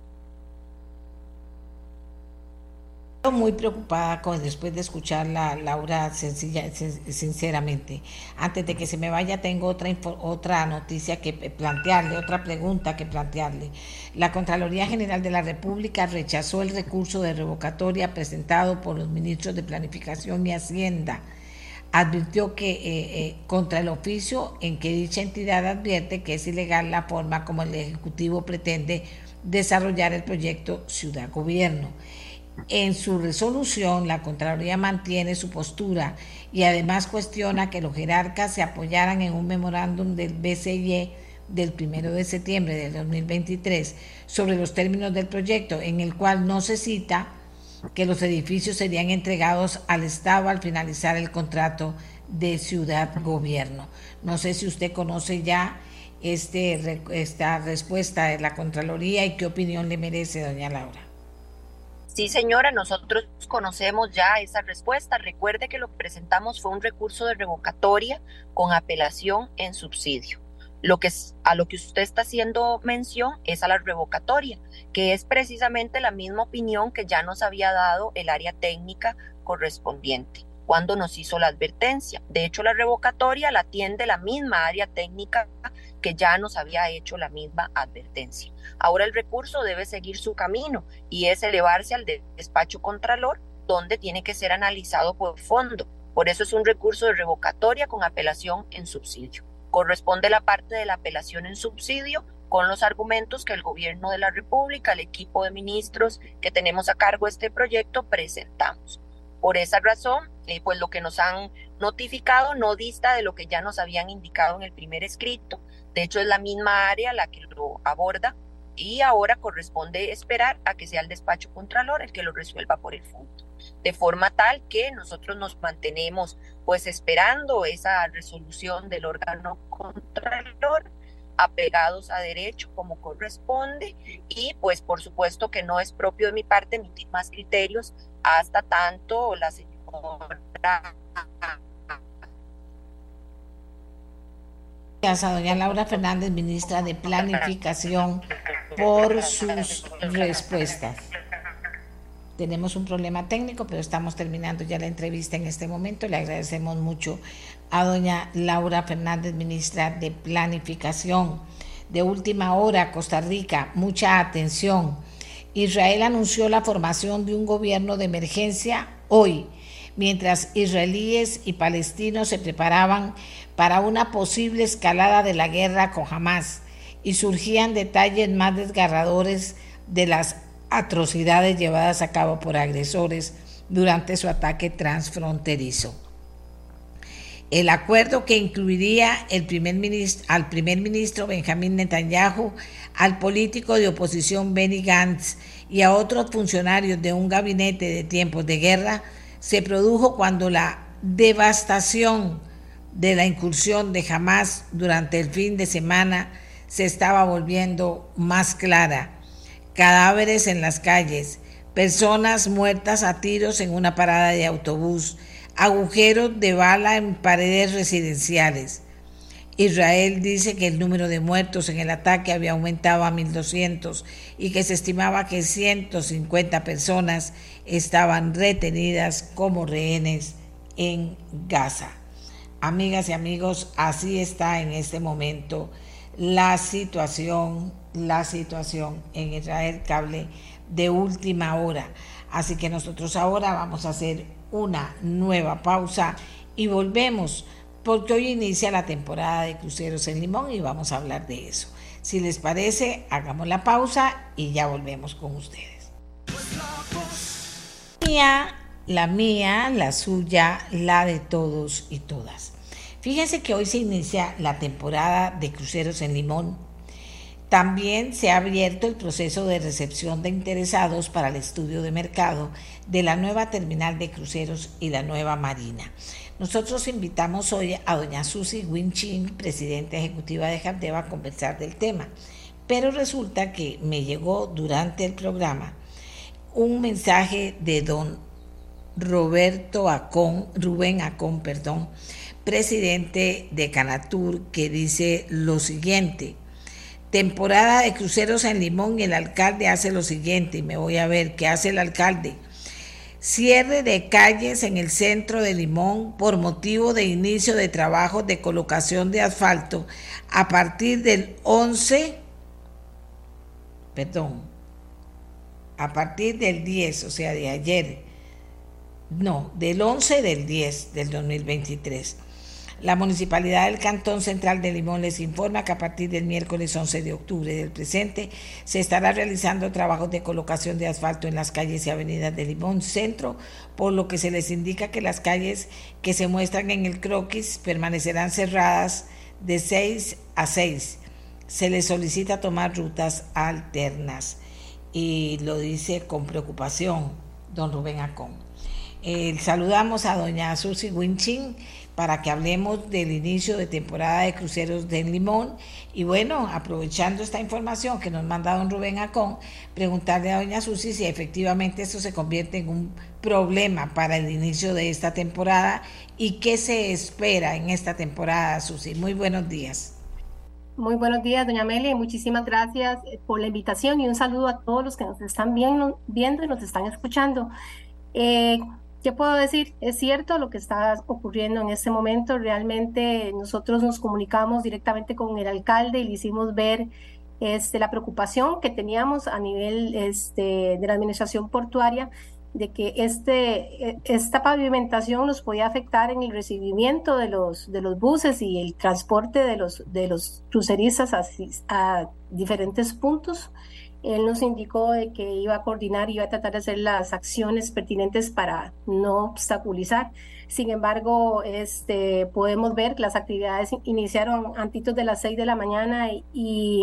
Muy preocupada con, después de escucharla, Laura, sencilla, sinceramente. Antes de que se me vaya, tengo otra, otra noticia que plantearle, otra pregunta que plantearle. La Contraloría General de la República rechazó el recurso de revocatoria presentado por los ministros de Planificación y Hacienda. Advirtió que eh, eh, contra el oficio en que dicha entidad advierte que es ilegal la forma como el Ejecutivo pretende desarrollar el proyecto Ciudad Gobierno. En su resolución, la Contraloría mantiene su postura y además cuestiona que los jerarcas se apoyaran en un memorándum del B C I del primero de septiembre del dos mil veintitrés sobre los términos del proyecto, en el cual no se cita que los edificios serían entregados al Estado al finalizar el contrato de Ciudad Gobierno. No sé si usted conoce ya este, esta respuesta de la Contraloría y qué opinión le merece, doña Laura. Sí, señora, nosotros conocemos ya esa respuesta. Recuerde que lo que presentamos fue un recurso de revocatoria con apelación en subsidio. Lo que es, a lo que usted está haciendo mención es a la revocatoria, que es precisamente la misma opinión que ya nos había dado el área técnica correspondiente cuando nos hizo la advertencia. De hecho, la revocatoria la atiende la misma área técnica que ya nos había hecho la misma advertencia. Ahora el recurso debe seguir su camino y es elevarse al despacho contralor, donde tiene que ser analizado por fondo. Por eso es un recurso de revocatoria con apelación en subsidio. Corresponde la parte de la apelación en subsidio con los argumentos que el gobierno de la República, el equipo de ministros que tenemos a cargo de este proyecto, presentamos. Por esa razón, eh, pues lo que nos han notificado no dista de lo que ya nos habían indicado en el primer escrito. De hecho, es la misma área la que lo aborda y ahora corresponde esperar a que sea el despacho contralor el que lo resuelva por el fondo. De forma tal que nosotros nos mantenemos pues esperando esa resolución del órgano contralor, apegados a derecho como corresponde, y pues por supuesto que no es propio de mi parte emitir más criterios hasta tanto la señora Gracias a doña Laura Fernández, ministra de Planificación, por sus respuestas. Tenemos un problema técnico, pero estamos terminando ya la entrevista en este momento. Le agradecemos mucho a doña Laura Fernández, ministra de Planificación. De última hora, Costa Rica, mucha atención. Israel anunció la formación de un gobierno de emergencia hoy, mientras israelíes y palestinos se preparaban para una posible escalada de la guerra con Hamás y surgían detalles más desgarradores de las atrocidades llevadas a cabo por agresores durante su ataque transfronterizo. El acuerdo, que incluiría el primer ministro, al primer ministro Benjamín Netanyahu, al político de oposición Benny Gantz y a otros funcionarios de un gabinete de tiempos de guerra, se produjo cuando la devastación de la incursión de Hamás durante el fin de semana se estaba volviendo más clara. Cadáveres en las calles, personas muertas a tiros en una parada de autobús, agujeros de bala en paredes residenciales. Israel dice que el número de muertos en el ataque había aumentado a mil doscientos y que se estimaba que ciento cincuenta personas estaban retenidas como rehenes en Gaza. Amigas y amigos, así está en este momento la situación, la situación en Israel, cable de última hora. Así que nosotros ahora vamos a hacer una nueva pausa y volvemos, porque hoy inicia la temporada de cruceros en Limón y vamos a hablar de eso. Si les parece, hagamos la pausa y ya volvemos con ustedes. Mía, la mía, la suya, la de todos y todas. Fíjense que hoy se inicia la temporada de cruceros en Limón. También se ha abierto el proceso de recepción de interesados para el estudio de mercado de la nueva terminal de cruceros y la nueva marina. Nosotros invitamos hoy a doña Susi Winchin, presidenta ejecutiva de Jardeva, a conversar del tema. Pero resulta que me llegó durante el programa un mensaje de don Roberto Acón, Rubén Acón, perdón, presidente de Canatur, que dice lo siguiente: temporada de cruceros en Limón y el alcalde hace lo siguiente, y me voy a ver qué hace el alcalde. Cierre de calles en el centro de Limón por motivo de inicio de trabajos de colocación de asfalto a partir del once, perdón, a partir del diez, o sea, de ayer, no, del once del diez del dos mil veintitrés. La Municipalidad del Cantón Central de Limón les informa que a partir del miércoles once de octubre del presente se estará realizando trabajos de colocación de asfalto en las calles y avenidas de Limón Centro, por lo que se les indica que las calles que se muestran en el croquis permanecerán cerradas de seis a seis. Se les solicita tomar rutas alternas, y lo dice con preocupación don Rubén Acón. Eh, saludamos a doña Susi Winchin para que hablemos del inicio de temporada de cruceros de Limón. Y bueno, aprovechando esta información que nos manda don Rubén Acón, preguntarle a doña Susi si efectivamente esto se convierte en un problema para el inicio de esta temporada y qué se espera en esta temporada, Susi. Muy buenos días. Muy buenos días, doña Amelia, y muchísimas gracias por la invitación y un saludo a todos los que nos están viendo, viendo y nos están escuchando. Eh, ¿Qué puedo decir? Es cierto lo que está ocurriendo en este momento. Realmente nosotros nos comunicamos directamente con el alcalde y le hicimos ver este, la preocupación que teníamos a nivel este, de la administración portuaria de que este, esta pavimentación nos podía afectar en el recibimiento de los, de los buses y el transporte de los, de los cruceristas a, a diferentes puntos. Él nos indicó de que iba a coordinar y iba a tratar de hacer las acciones pertinentes para no obstaculizar. Sin embargo, este, podemos ver que las actividades iniciaron antitos de las seis de la mañana y, y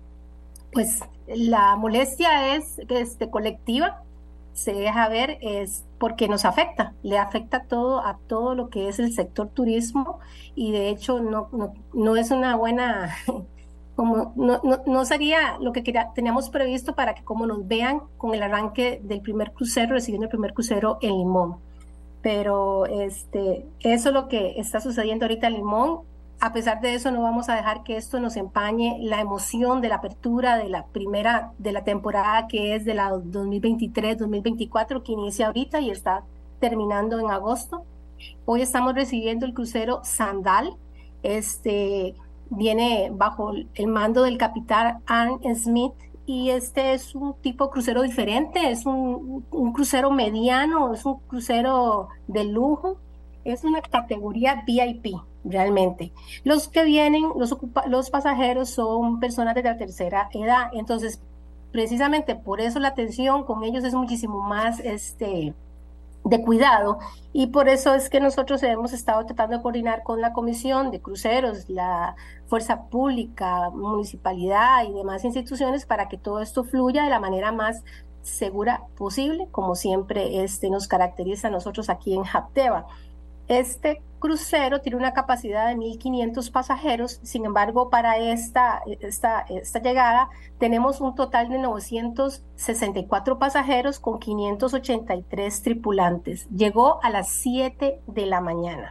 pues la molestia es este, colectiva, se deja ver, es porque nos afecta, le afecta todo a todo lo que es el sector turismo, y de hecho no, no, no es una buena... Como no, no, no sería lo que quería, teníamos previsto para que como nos vean con el arranque del primer crucero, recibiendo el primer crucero en Limón. Pero este, eso es lo que está sucediendo ahorita en Limón. a pesar de eso, no vamos a dejar que esto nos empañe la emoción de la apertura de la primera, de la temporada que es de la dos mil veintitrés dos mil veinticuatro, que inicia ahorita y está terminando en agosto. Hoy estamos recibiendo el crucero Sandal. Este viene bajo el mando del capitán Arn Smith y este es un tipo crucero diferente, es un, un crucero mediano, es un crucero de lujo, es una categoría V I P realmente. Los que vienen, los, ocupa, los pasajeros son personas de la tercera edad, entonces precisamente por eso la atención con ellos es muchísimo más este, de cuidado, y por eso es que nosotros hemos estado tratando de coordinar con la Comisión de Cruceros, la Fuerza Pública, Municipalidad y demás instituciones para que todo esto fluya de la manera más segura posible, como siempre este, nos caracteriza a nosotros aquí en Habdeba. Este crucero tiene una capacidad de mil quinientos pasajeros, sin embargo, para esta, esta, esta llegada tenemos un total de novecientos sesenta y cuatro pasajeros con quinientos ochenta y tres tripulantes. Llegó a las siete de la mañana.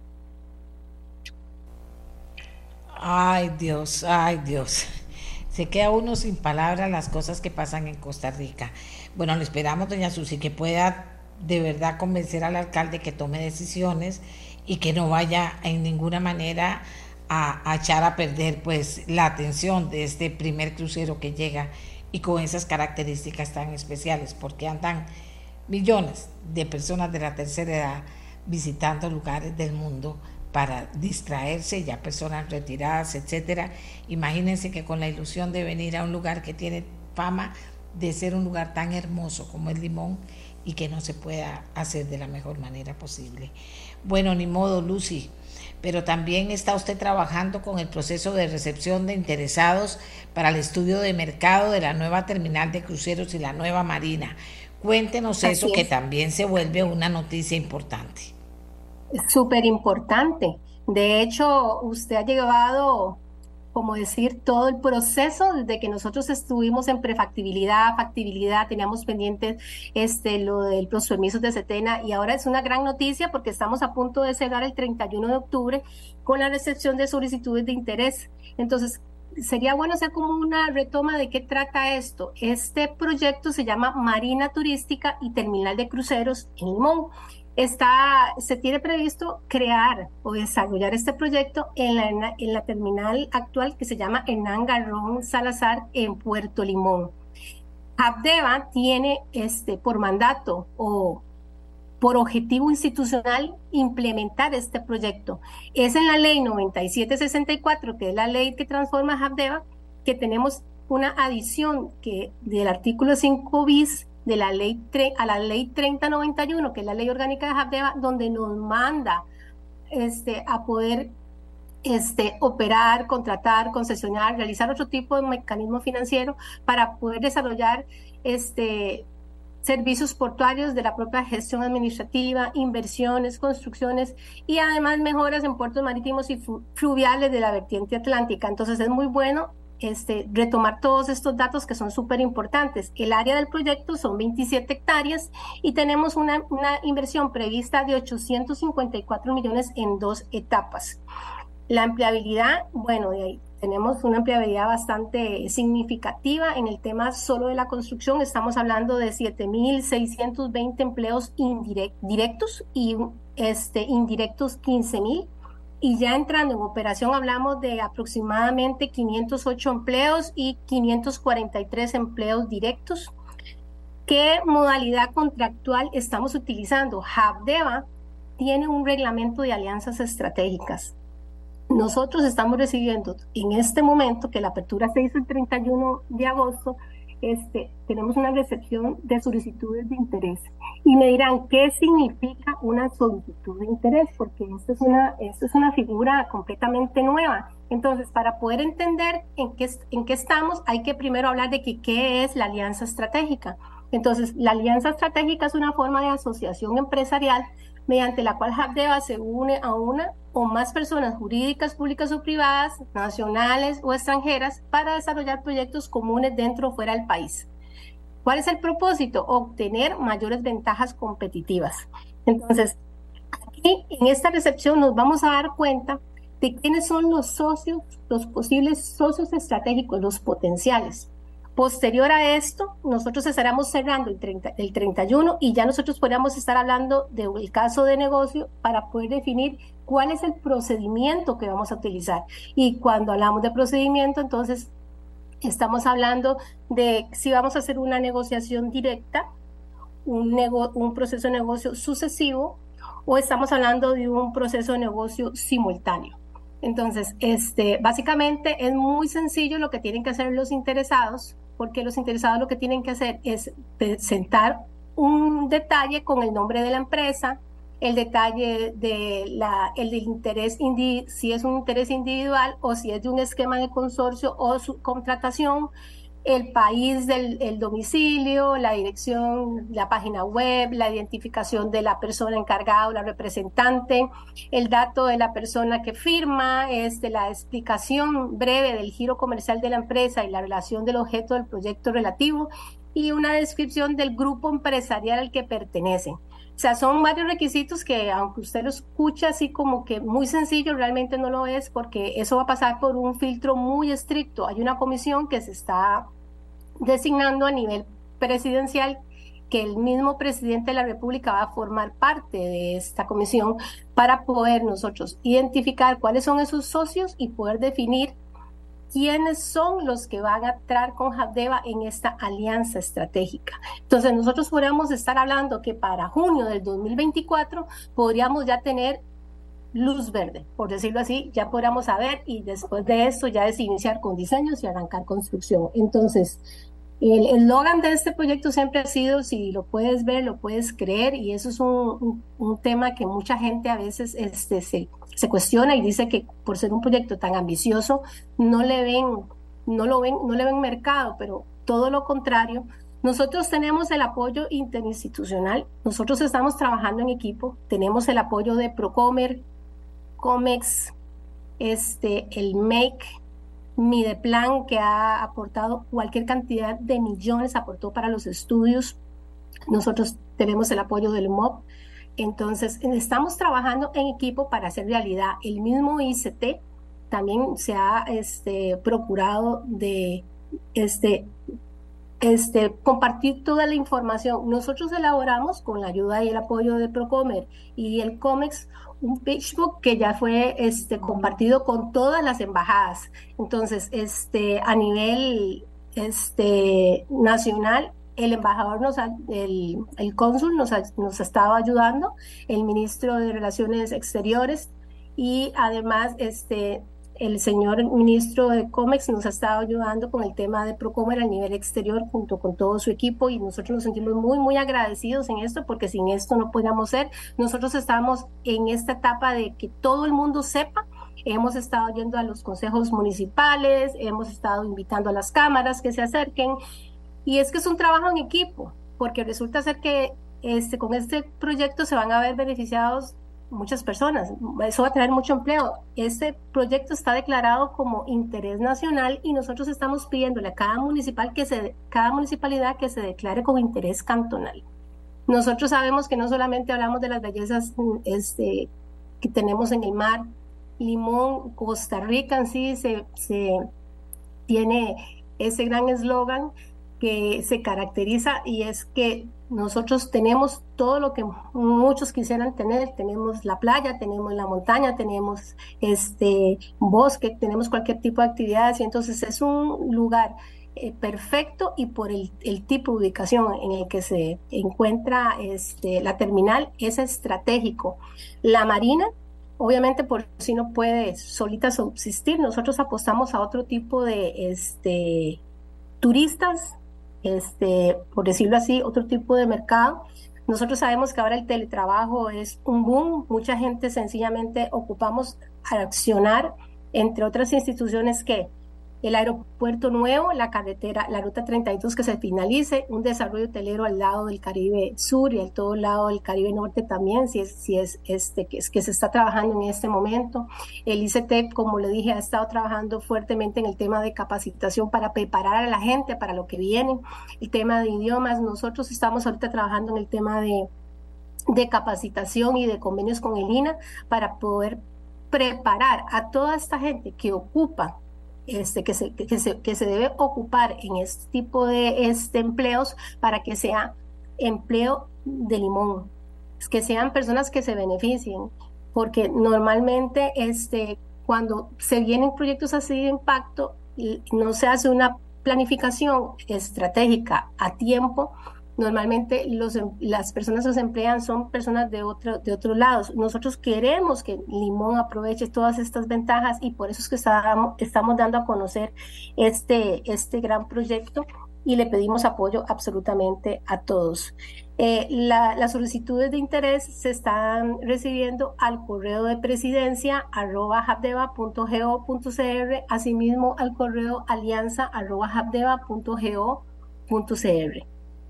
Ay, Dios, ay, Dios. Se queda uno sin palabras las cosas que pasan en Costa Rica. Bueno, le esperamos, doña Susi, que pueda de verdad convencer al alcalde que tome decisiones y que no vaya en ninguna manera a, a echar a perder pues la atención de este primer crucero que llega y con esas características tan especiales, porque andan millones de personas de la tercera edad visitando lugares del mundo para distraerse, ya personas retiradas, etcétera. Imagínense que con la ilusión de venir a un lugar que tiene fama de ser un lugar tan hermoso como es Limón, y que no se pueda hacer de la mejor manera posible. Bueno, ni modo, Lucy, pero también está usted trabajando con el proceso de recepción de interesados para el estudio de mercado de la nueva terminal de cruceros y la nueva marina. Cuéntenos eso, que también se vuelve una noticia importante. Es súper importante. De hecho, usted ha llevado, como decir, todo el proceso desde que nosotros estuvimos en prefactibilidad, factibilidad, teníamos pendientes este, lo de los permisos de Setena, y ahora es una gran noticia porque estamos a punto de cerrar el treinta y uno de octubre con la recepción de solicitudes de interés. Entonces, sería bueno hacer como una retoma de qué trata esto. Este proyecto se llama Marina Turística y Terminal de Cruceros en Limón. Está, se tiene previsto crear o desarrollar este proyecto en la, en la terminal actual que se llama Hernán Garrón Salazar en Puerto Limón. Habdeba tiene este, por mandato o por objetivo institucional implementar este proyecto. Es en la ley noventa y siete sesenta y cuatro, que es la ley que transforma Habdeba, que tenemos una adición que del artículo cinco bis de la ley a la ley treinta noventa y uno, que es la ley orgánica de Habdeba, donde nos manda este, a poder este, operar, contratar, concesionar, realizar otro tipo de mecanismo financiero para poder desarrollar este, servicios portuarios de la propia gestión administrativa, inversiones, construcciones y además mejoras en puertos marítimos y fluviales de la vertiente atlántica. Entonces es muy bueno Este, retomar todos estos datos que son súper importantes. El área del proyecto son veintisiete hectáreas y tenemos una, una inversión prevista de ochocientos cincuenta y cuatro millones en dos etapas. La empleabilidad, bueno, de ahí tenemos una empleabilidad bastante significativa en el tema solo de la construcción. Estamos hablando de siete mil seiscientos veinte empleos indirect, directos y este, indirectos quince mil. Y ya entrando en operación hablamos de aproximadamente quinientos ocho empleos y quinientos cuarenta y tres empleos directos. ¿Qué modalidad contractual estamos utilizando? Habdeba tiene un reglamento de alianzas estratégicas. Nosotros estamos recibiendo en este momento, que la apertura se hizo el treinta y uno de agosto, Este, tenemos una recepción de solicitudes de interés. Y me dirán, ¿qué significa una solicitud de interés? Porque esto es una, esto es una figura completamente nueva. Entonces, para poder entender en qué, en qué estamos, hay que primero hablar de que, qué es la alianza estratégica. Entonces, la alianza estratégica es una forma de asociación empresarial mediante la cual Habdeba se une a una o más personas jurídicas, públicas o privadas, nacionales o extranjeras, para desarrollar proyectos comunes dentro o fuera del país. ¿Cuál es el propósito? Obtener mayores ventajas competitivas. Entonces, aquí en esta recepción nos vamos a dar cuenta de quiénes son los socios, los posibles socios estratégicos, los potenciales. Posterior a esto, nosotros estaremos cerrando el, treinta, el treinta y uno y ya nosotros podríamos estar hablando del caso de negocio para poder definir cuál es el procedimiento que vamos a utilizar. Y cuando hablamos de procedimiento, entonces estamos hablando de si vamos a hacer una negociación directa, un, nego un proceso de negocio sucesivo, o estamos hablando de un proceso de negocio simultáneo. Entonces, este, básicamente es muy sencillo lo que tienen que hacer los interesados, porque los interesados lo que tienen que hacer es presentar un detalle con el nombre de la empresa, el detalle de la, el del interés, indi, si es un interés individual o si es de un esquema de consorcio o subcontratación, el país del el domicilio, la dirección, la página web, la identificación de la persona encargada o la representante, el dato de la persona que firma, este, la explicación breve del giro comercial de la empresa y la relación del objeto del proyecto relativo y una descripción del grupo empresarial al que pertenecen. O sea, son varios requisitos que, aunque usted lo escucha así como que muy sencillo, realmente no lo es, porque eso va a pasar por un filtro muy estricto. Hay una comisión que se está designando a nivel presidencial, que el mismo presidente de la República va a formar parte de esta comisión para poder nosotros identificar cuáles son esos socios y poder definir quiénes son los que van a entrar con Habdeba en esta alianza estratégica. Entonces nosotros podríamos estar hablando que para junio del dos mil veinticuatro podríamos ya tener luz verde, por decirlo así, ya podríamos saber, y después de esto ya es iniciar con diseños y arrancar construcción. Entonces, el eslogan de este proyecto siempre ha sido: si lo puedes ver, lo puedes creer, y eso es un, un, un tema que mucha gente a veces este, se, se cuestiona y dice que por ser un proyecto tan ambicioso no le ven, no lo ven, no le ven mercado, pero todo lo contrario. Nosotros tenemos el apoyo interinstitucional, nosotros estamos trabajando en equipo, tenemos el apoyo de Procomer, Comex, este, el M E C, Mideplan, que ha aportado cualquier cantidad de millones, aportó para los estudios. Nosotros tenemos el apoyo del M O P. Entonces, estamos trabajando en equipo para hacer realidad. El mismo I C T también se ha este, procurado de este, este, compartir toda la información. Nosotros elaboramos, con la ayuda y el apoyo de Procomer y el Comex, un pitchbook que ya fue este, compartido con todas las embajadas. Entonces, este, a nivel este, nacional, el embajador, nos ha, el, el cónsul nos ha, nos ha estado ayudando, el ministro de Relaciones Exteriores, y además este, el señor ministro de Comex nos ha estado ayudando con el tema de Procomer a nivel exterior junto con todo su equipo, y nosotros nos sentimos muy, muy agradecidos en esto, porque sin esto no podríamos ser. Nosotros estamos en esta etapa de que todo el mundo sepa. Hemos estado yendo a los consejos municipales, hemos estado invitando a las cámaras que se acerquen, y es que es un trabajo en equipo, porque resulta ser que este, con este proyecto se van a ver beneficiados muchas personas, eso va a traer mucho empleo. Este proyecto está declarado como interés nacional y nosotros estamos pidiéndole a cada municipal que se, cada municipalidad que se declare como interés cantonal. Nosotros sabemos que no solamente hablamos de las bellezas este, que tenemos en el mar, Limón, Costa Rica en sí se, se tiene ese gran eslogan que se caracteriza, y es que nosotros tenemos todo lo que muchos quisieran tener. Tenemos la playa, tenemos la montaña, tenemos este bosque, tenemos cualquier tipo de actividades, y entonces es un lugar eh, perfecto, y por el, el tipo de ubicación en el que se encuentra este, la terminal es estratégico. La marina, obviamente, por si no puede solita subsistir, nosotros apostamos a otro tipo de este, turistas, Este, por decirlo así, otro tipo de mercado. Nosotros sabemos que ahora el teletrabajo es un boom, mucha gente sencillamente ocupamos accionar, entre otras instituciones, que el aeropuerto nuevo, la carretera, la ruta treinta y dos que se finalice, un desarrollo hotelero al lado del Caribe Sur y al todo lado del Caribe Norte también, si es, si es este que, es que se está trabajando en este momento. El I C T, como le dije, ha estado trabajando fuertemente en el tema de capacitación para preparar a la gente para lo que viene. El tema de idiomas, nosotros estamos ahorita trabajando en el tema de, de capacitación y de convenios con el I N A para poder preparar a toda esta gente que ocupa, este, que, se, que, se, que se debe ocupar en este tipo de este, empleos para que sea empleo de Limón, que sean personas que se beneficien, porque normalmente este, cuando se vienen proyectos así de impacto, no se hace una planificación estratégica a tiempo. Normalmente los, las personas que se emplean son personas de, otro, de otros lados. Nosotros queremos que Limón aproveche todas estas ventajas y por eso es que estamos, estamos dando a conocer este, este gran proyecto y le pedimos apoyo absolutamente a todos. Eh, la, las solicitudes de interés se están recibiendo al correo de presidencia arroba habdeba punto go punto cr, asimismo al correo alianza arroba habdeba punto go punto cr.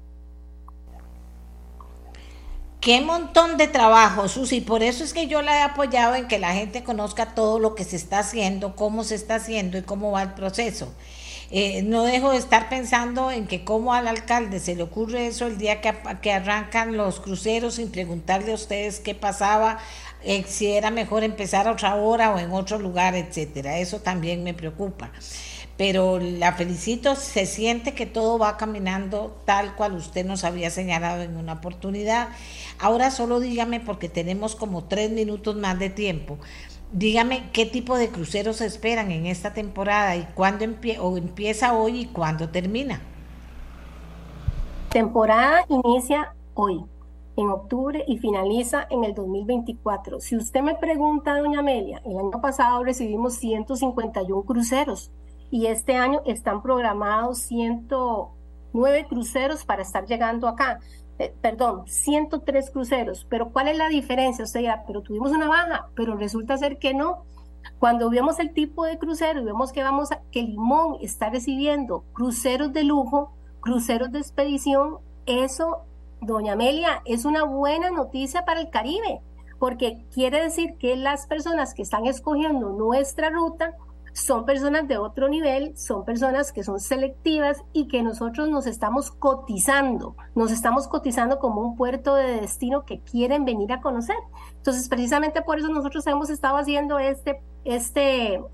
Qué montón de trabajo, Susi, por eso es que yo la he apoyado en que la gente conozca todo lo que se está haciendo, cómo se está haciendo y cómo va el proceso. Eh, no dejo de estar pensando en que cómo al alcalde se le ocurre eso el día que, que arrancan los cruceros sin preguntarle a ustedes qué pasaba, eh, si era mejor empezar a otra hora o en otro lugar, etcétera. Eso también me preocupa. Pero la felicito, se siente que todo va caminando tal cual usted nos había señalado en una oportunidad. Ahora solo dígame, porque tenemos como tres minutos más de tiempo, dígame qué tipo de cruceros se esperan en esta temporada y cuándo empie- o empieza hoy y cuándo termina. Temporada inicia hoy, en octubre, y finaliza en el dos mil veinticuatro. Si usted me pregunta, doña Amelia, el año pasado recibimos ciento cincuenta y uno cruceros y este año están programados ciento nueve cruceros para estar llegando acá. Eh, perdón, ciento tres cruceros. Pero ¿cuál es la diferencia? Usted dirá, pero tuvimos una baja, pero resulta ser que no. Cuando vemos el tipo de crucero y vemos que, vamos a, que Limón está recibiendo cruceros de lujo, cruceros de expedición, eso, doña Amelia, es una buena noticia para el Caribe, porque quiere decir que las personas que están escogiendo nuestra ruta son personas de otro nivel, son personas que son selectivas y que nosotros nos estamos cotizando, nos estamos cotizando como un puerto de destino que quieren venir a conocer. Entonces, precisamente por eso nosotros hemos estado haciendo este, este,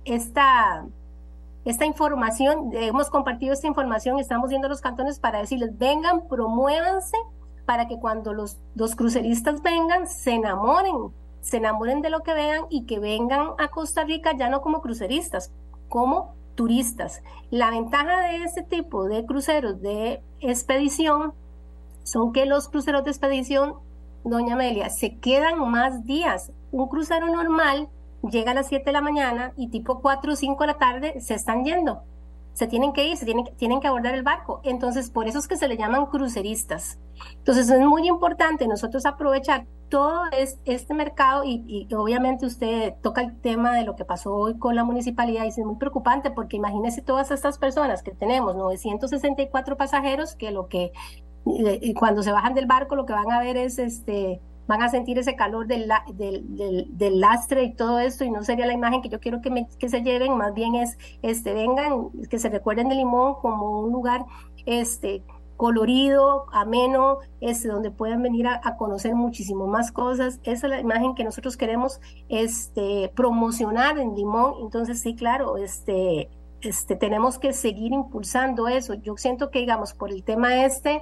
esta, esta información, hemos compartido esta información, estamos yendo a los cantones para decirles, vengan, promuévanse, para que cuando los, los cruceristas vengan, se enamoren, se enamoren de lo que vean y que vengan a Costa Rica ya no como cruceristas, como turistas. La ventaja de este tipo de cruceros de expedición son que los cruceros de expedición, doña Amelia, se quedan más días. Un crucero normal llega a las siete de la mañana y tipo cuatro o cinco de la tarde se están yendo. Se tienen que ir, se tienen, tienen que abordar el barco. Entonces, por eso es que se le llaman cruceristas. Entonces, es muy importante nosotros aprovechar todo es, este mercado y, y obviamente usted toca el tema de lo que pasó hoy con la municipalidad y es muy preocupante porque imagínese todas estas personas que tenemos, novecientos sesenta y cuatro pasajeros, que lo que eh, cuando se bajan del barco lo que van a ver es este... van a sentir ese calor del, del, del, del lastre y todo esto, y no sería la imagen que yo quiero que, me, que se lleven, más bien es, este, vengan, que se recuerden de Limón como un lugar este, colorido, ameno, este, donde puedan venir a, a conocer muchísimo más cosas. Esa es la imagen que nosotros queremos este, promocionar en Limón. Entonces, sí, claro, este, este, tenemos que seguir impulsando eso. Yo siento que, digamos, por el tema este,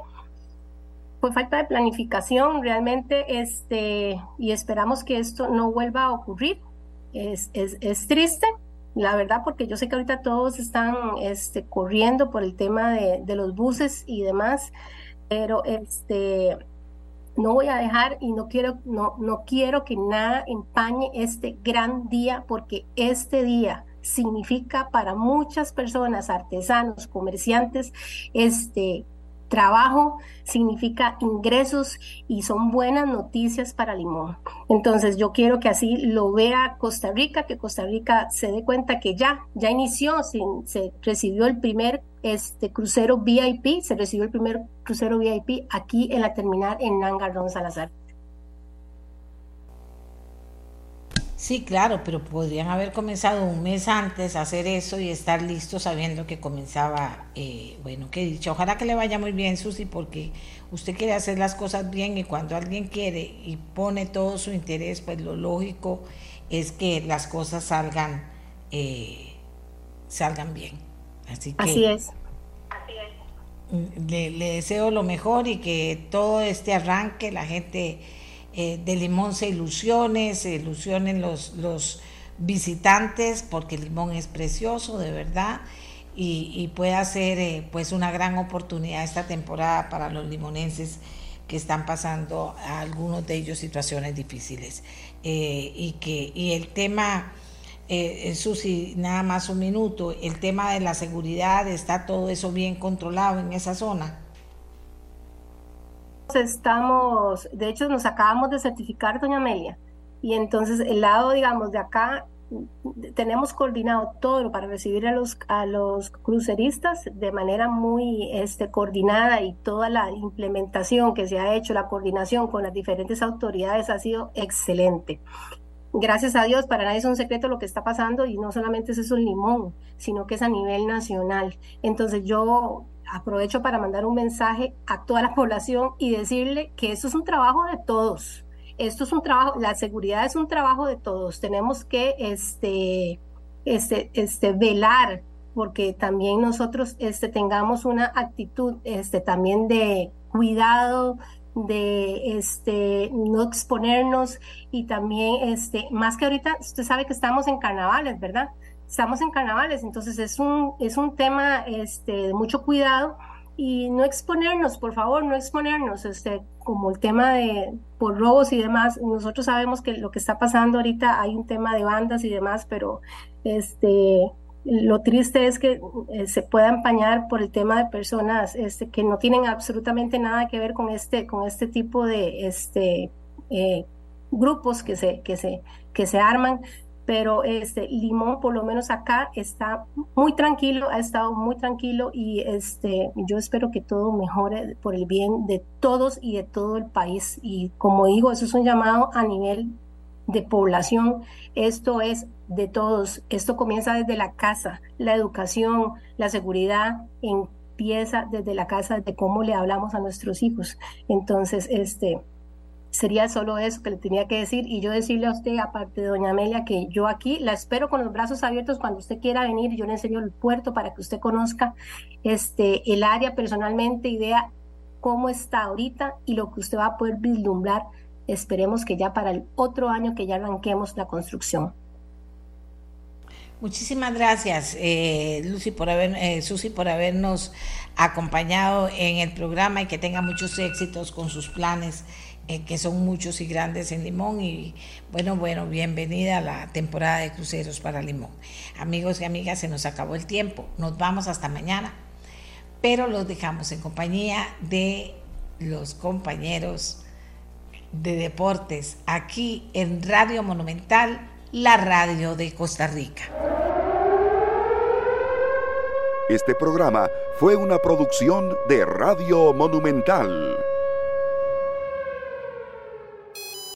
fue falta de planificación realmente, este, y esperamos que esto no vuelva a ocurrir. Es, es, es triste, la verdad, porque yo sé que ahorita todos están este, corriendo por el tema de, de los buses y demás, pero este, no voy a dejar y no quiero, no, no quiero que nada empañe este gran día, porque este día significa para muchas personas, artesanos, comerciantes, este, trabajo, significa ingresos y son buenas noticias para Limón. Entonces yo quiero que así lo vea Costa Rica, que Costa Rica se dé cuenta que ya, ya inició, se, se recibió el primer este, crucero V I P, se recibió el primer crucero V I P aquí en la terminal en Nangarrón Salazar. Sí, claro, pero podrían haber comenzado un mes antes a hacer eso y estar listos sabiendo que comenzaba, eh, bueno, qué dicho. Ojalá que le vaya muy bien, Susi, porque usted quiere hacer las cosas bien y cuando alguien quiere y pone todo su interés, pues lo lógico es que las cosas salgan, eh, salgan bien. Así que Así es. Le, le deseo lo mejor y que todo este arranque, la gente eh, de Limón se ilusione, se ilusionen los, los visitantes, porque Limón es precioso, de verdad, y, y pueda ser eh, pues una gran oportunidad esta temporada para los limonenses que están pasando a algunos de ellos situaciones difíciles. Eh, y que y el tema... Eh, Susi, nada más un minuto, el tema de la seguridad, ¿está todo eso bien controlado en esa zona? Estamos, de hecho, nos acabamos de certificar, doña Amelia, y entonces el lado, digamos, de acá, tenemos coordinado todo para recibir a los, a los cruceristas de manera muy este, coordinada, y toda la implementación que se ha hecho, la coordinación con las diferentes autoridades ha sido excelente. Gracias a Dios, para nadie es un secreto lo que está pasando, y no solamente es eso en Limón, sino que es a nivel nacional. Entonces yo aprovecho para mandar un mensaje a toda la población y decirle que esto es un trabajo de todos. Esto es un trabajo, la seguridad es un trabajo de todos. Tenemos que este, este, este, velar porque también nosotros este, tengamos una actitud este, también de cuidado, de este, no exponernos, y también, este, más que ahorita, usted sabe que estamos en carnavales, ¿verdad? Estamos en carnavales, entonces es un, es un tema este, de mucho cuidado, y no exponernos, por favor, no exponernos, este, como el tema de por robos y demás. Nosotros sabemos que lo que está pasando ahorita, hay un tema de bandas y demás, pero este... lo triste es que eh, se pueda empañar por el tema de personas este, que no tienen absolutamente nada que ver con este, con este tipo de este, eh, grupos que se, que, se, que se arman. Pero este, Limón, por lo menos acá, está muy tranquilo, ha estado muy tranquilo, y este, yo espero que todo mejore por el bien de todos y de todo el país. Y como digo, eso es un llamado a nivel de población. Esto es de todos, esto comienza desde la casa, la educación, la seguridad empieza desde la casa, de cómo le hablamos a nuestros hijos. Entonces, este, sería solo eso que le tenía que decir, y yo decirle a usted, aparte de doña Amelia, que yo aquí la espero con los brazos abiertos cuando usted quiera venir. Yo le enseño el puerto para que usted conozca este, el área personalmente y vea cómo está ahorita y lo que usted va a poder vislumbrar. Esperemos que ya para el otro año que ya arranquemos la construcción. Muchísimas gracias, eh, Lucy, por haber, eh, Susi, por habernos acompañado en el programa, y que tenga muchos éxitos con sus planes, eh, que son muchos y grandes en Limón. Y bueno, bueno, bienvenida a la temporada de cruceros para Limón. Amigos y amigas, se nos acabó el tiempo. Nos vamos hasta mañana, pero los dejamos en compañía de los compañeros de deportes aquí en Radio Monumental, la radio de Costa Rica. Este programa fue una producción de Radio Monumental.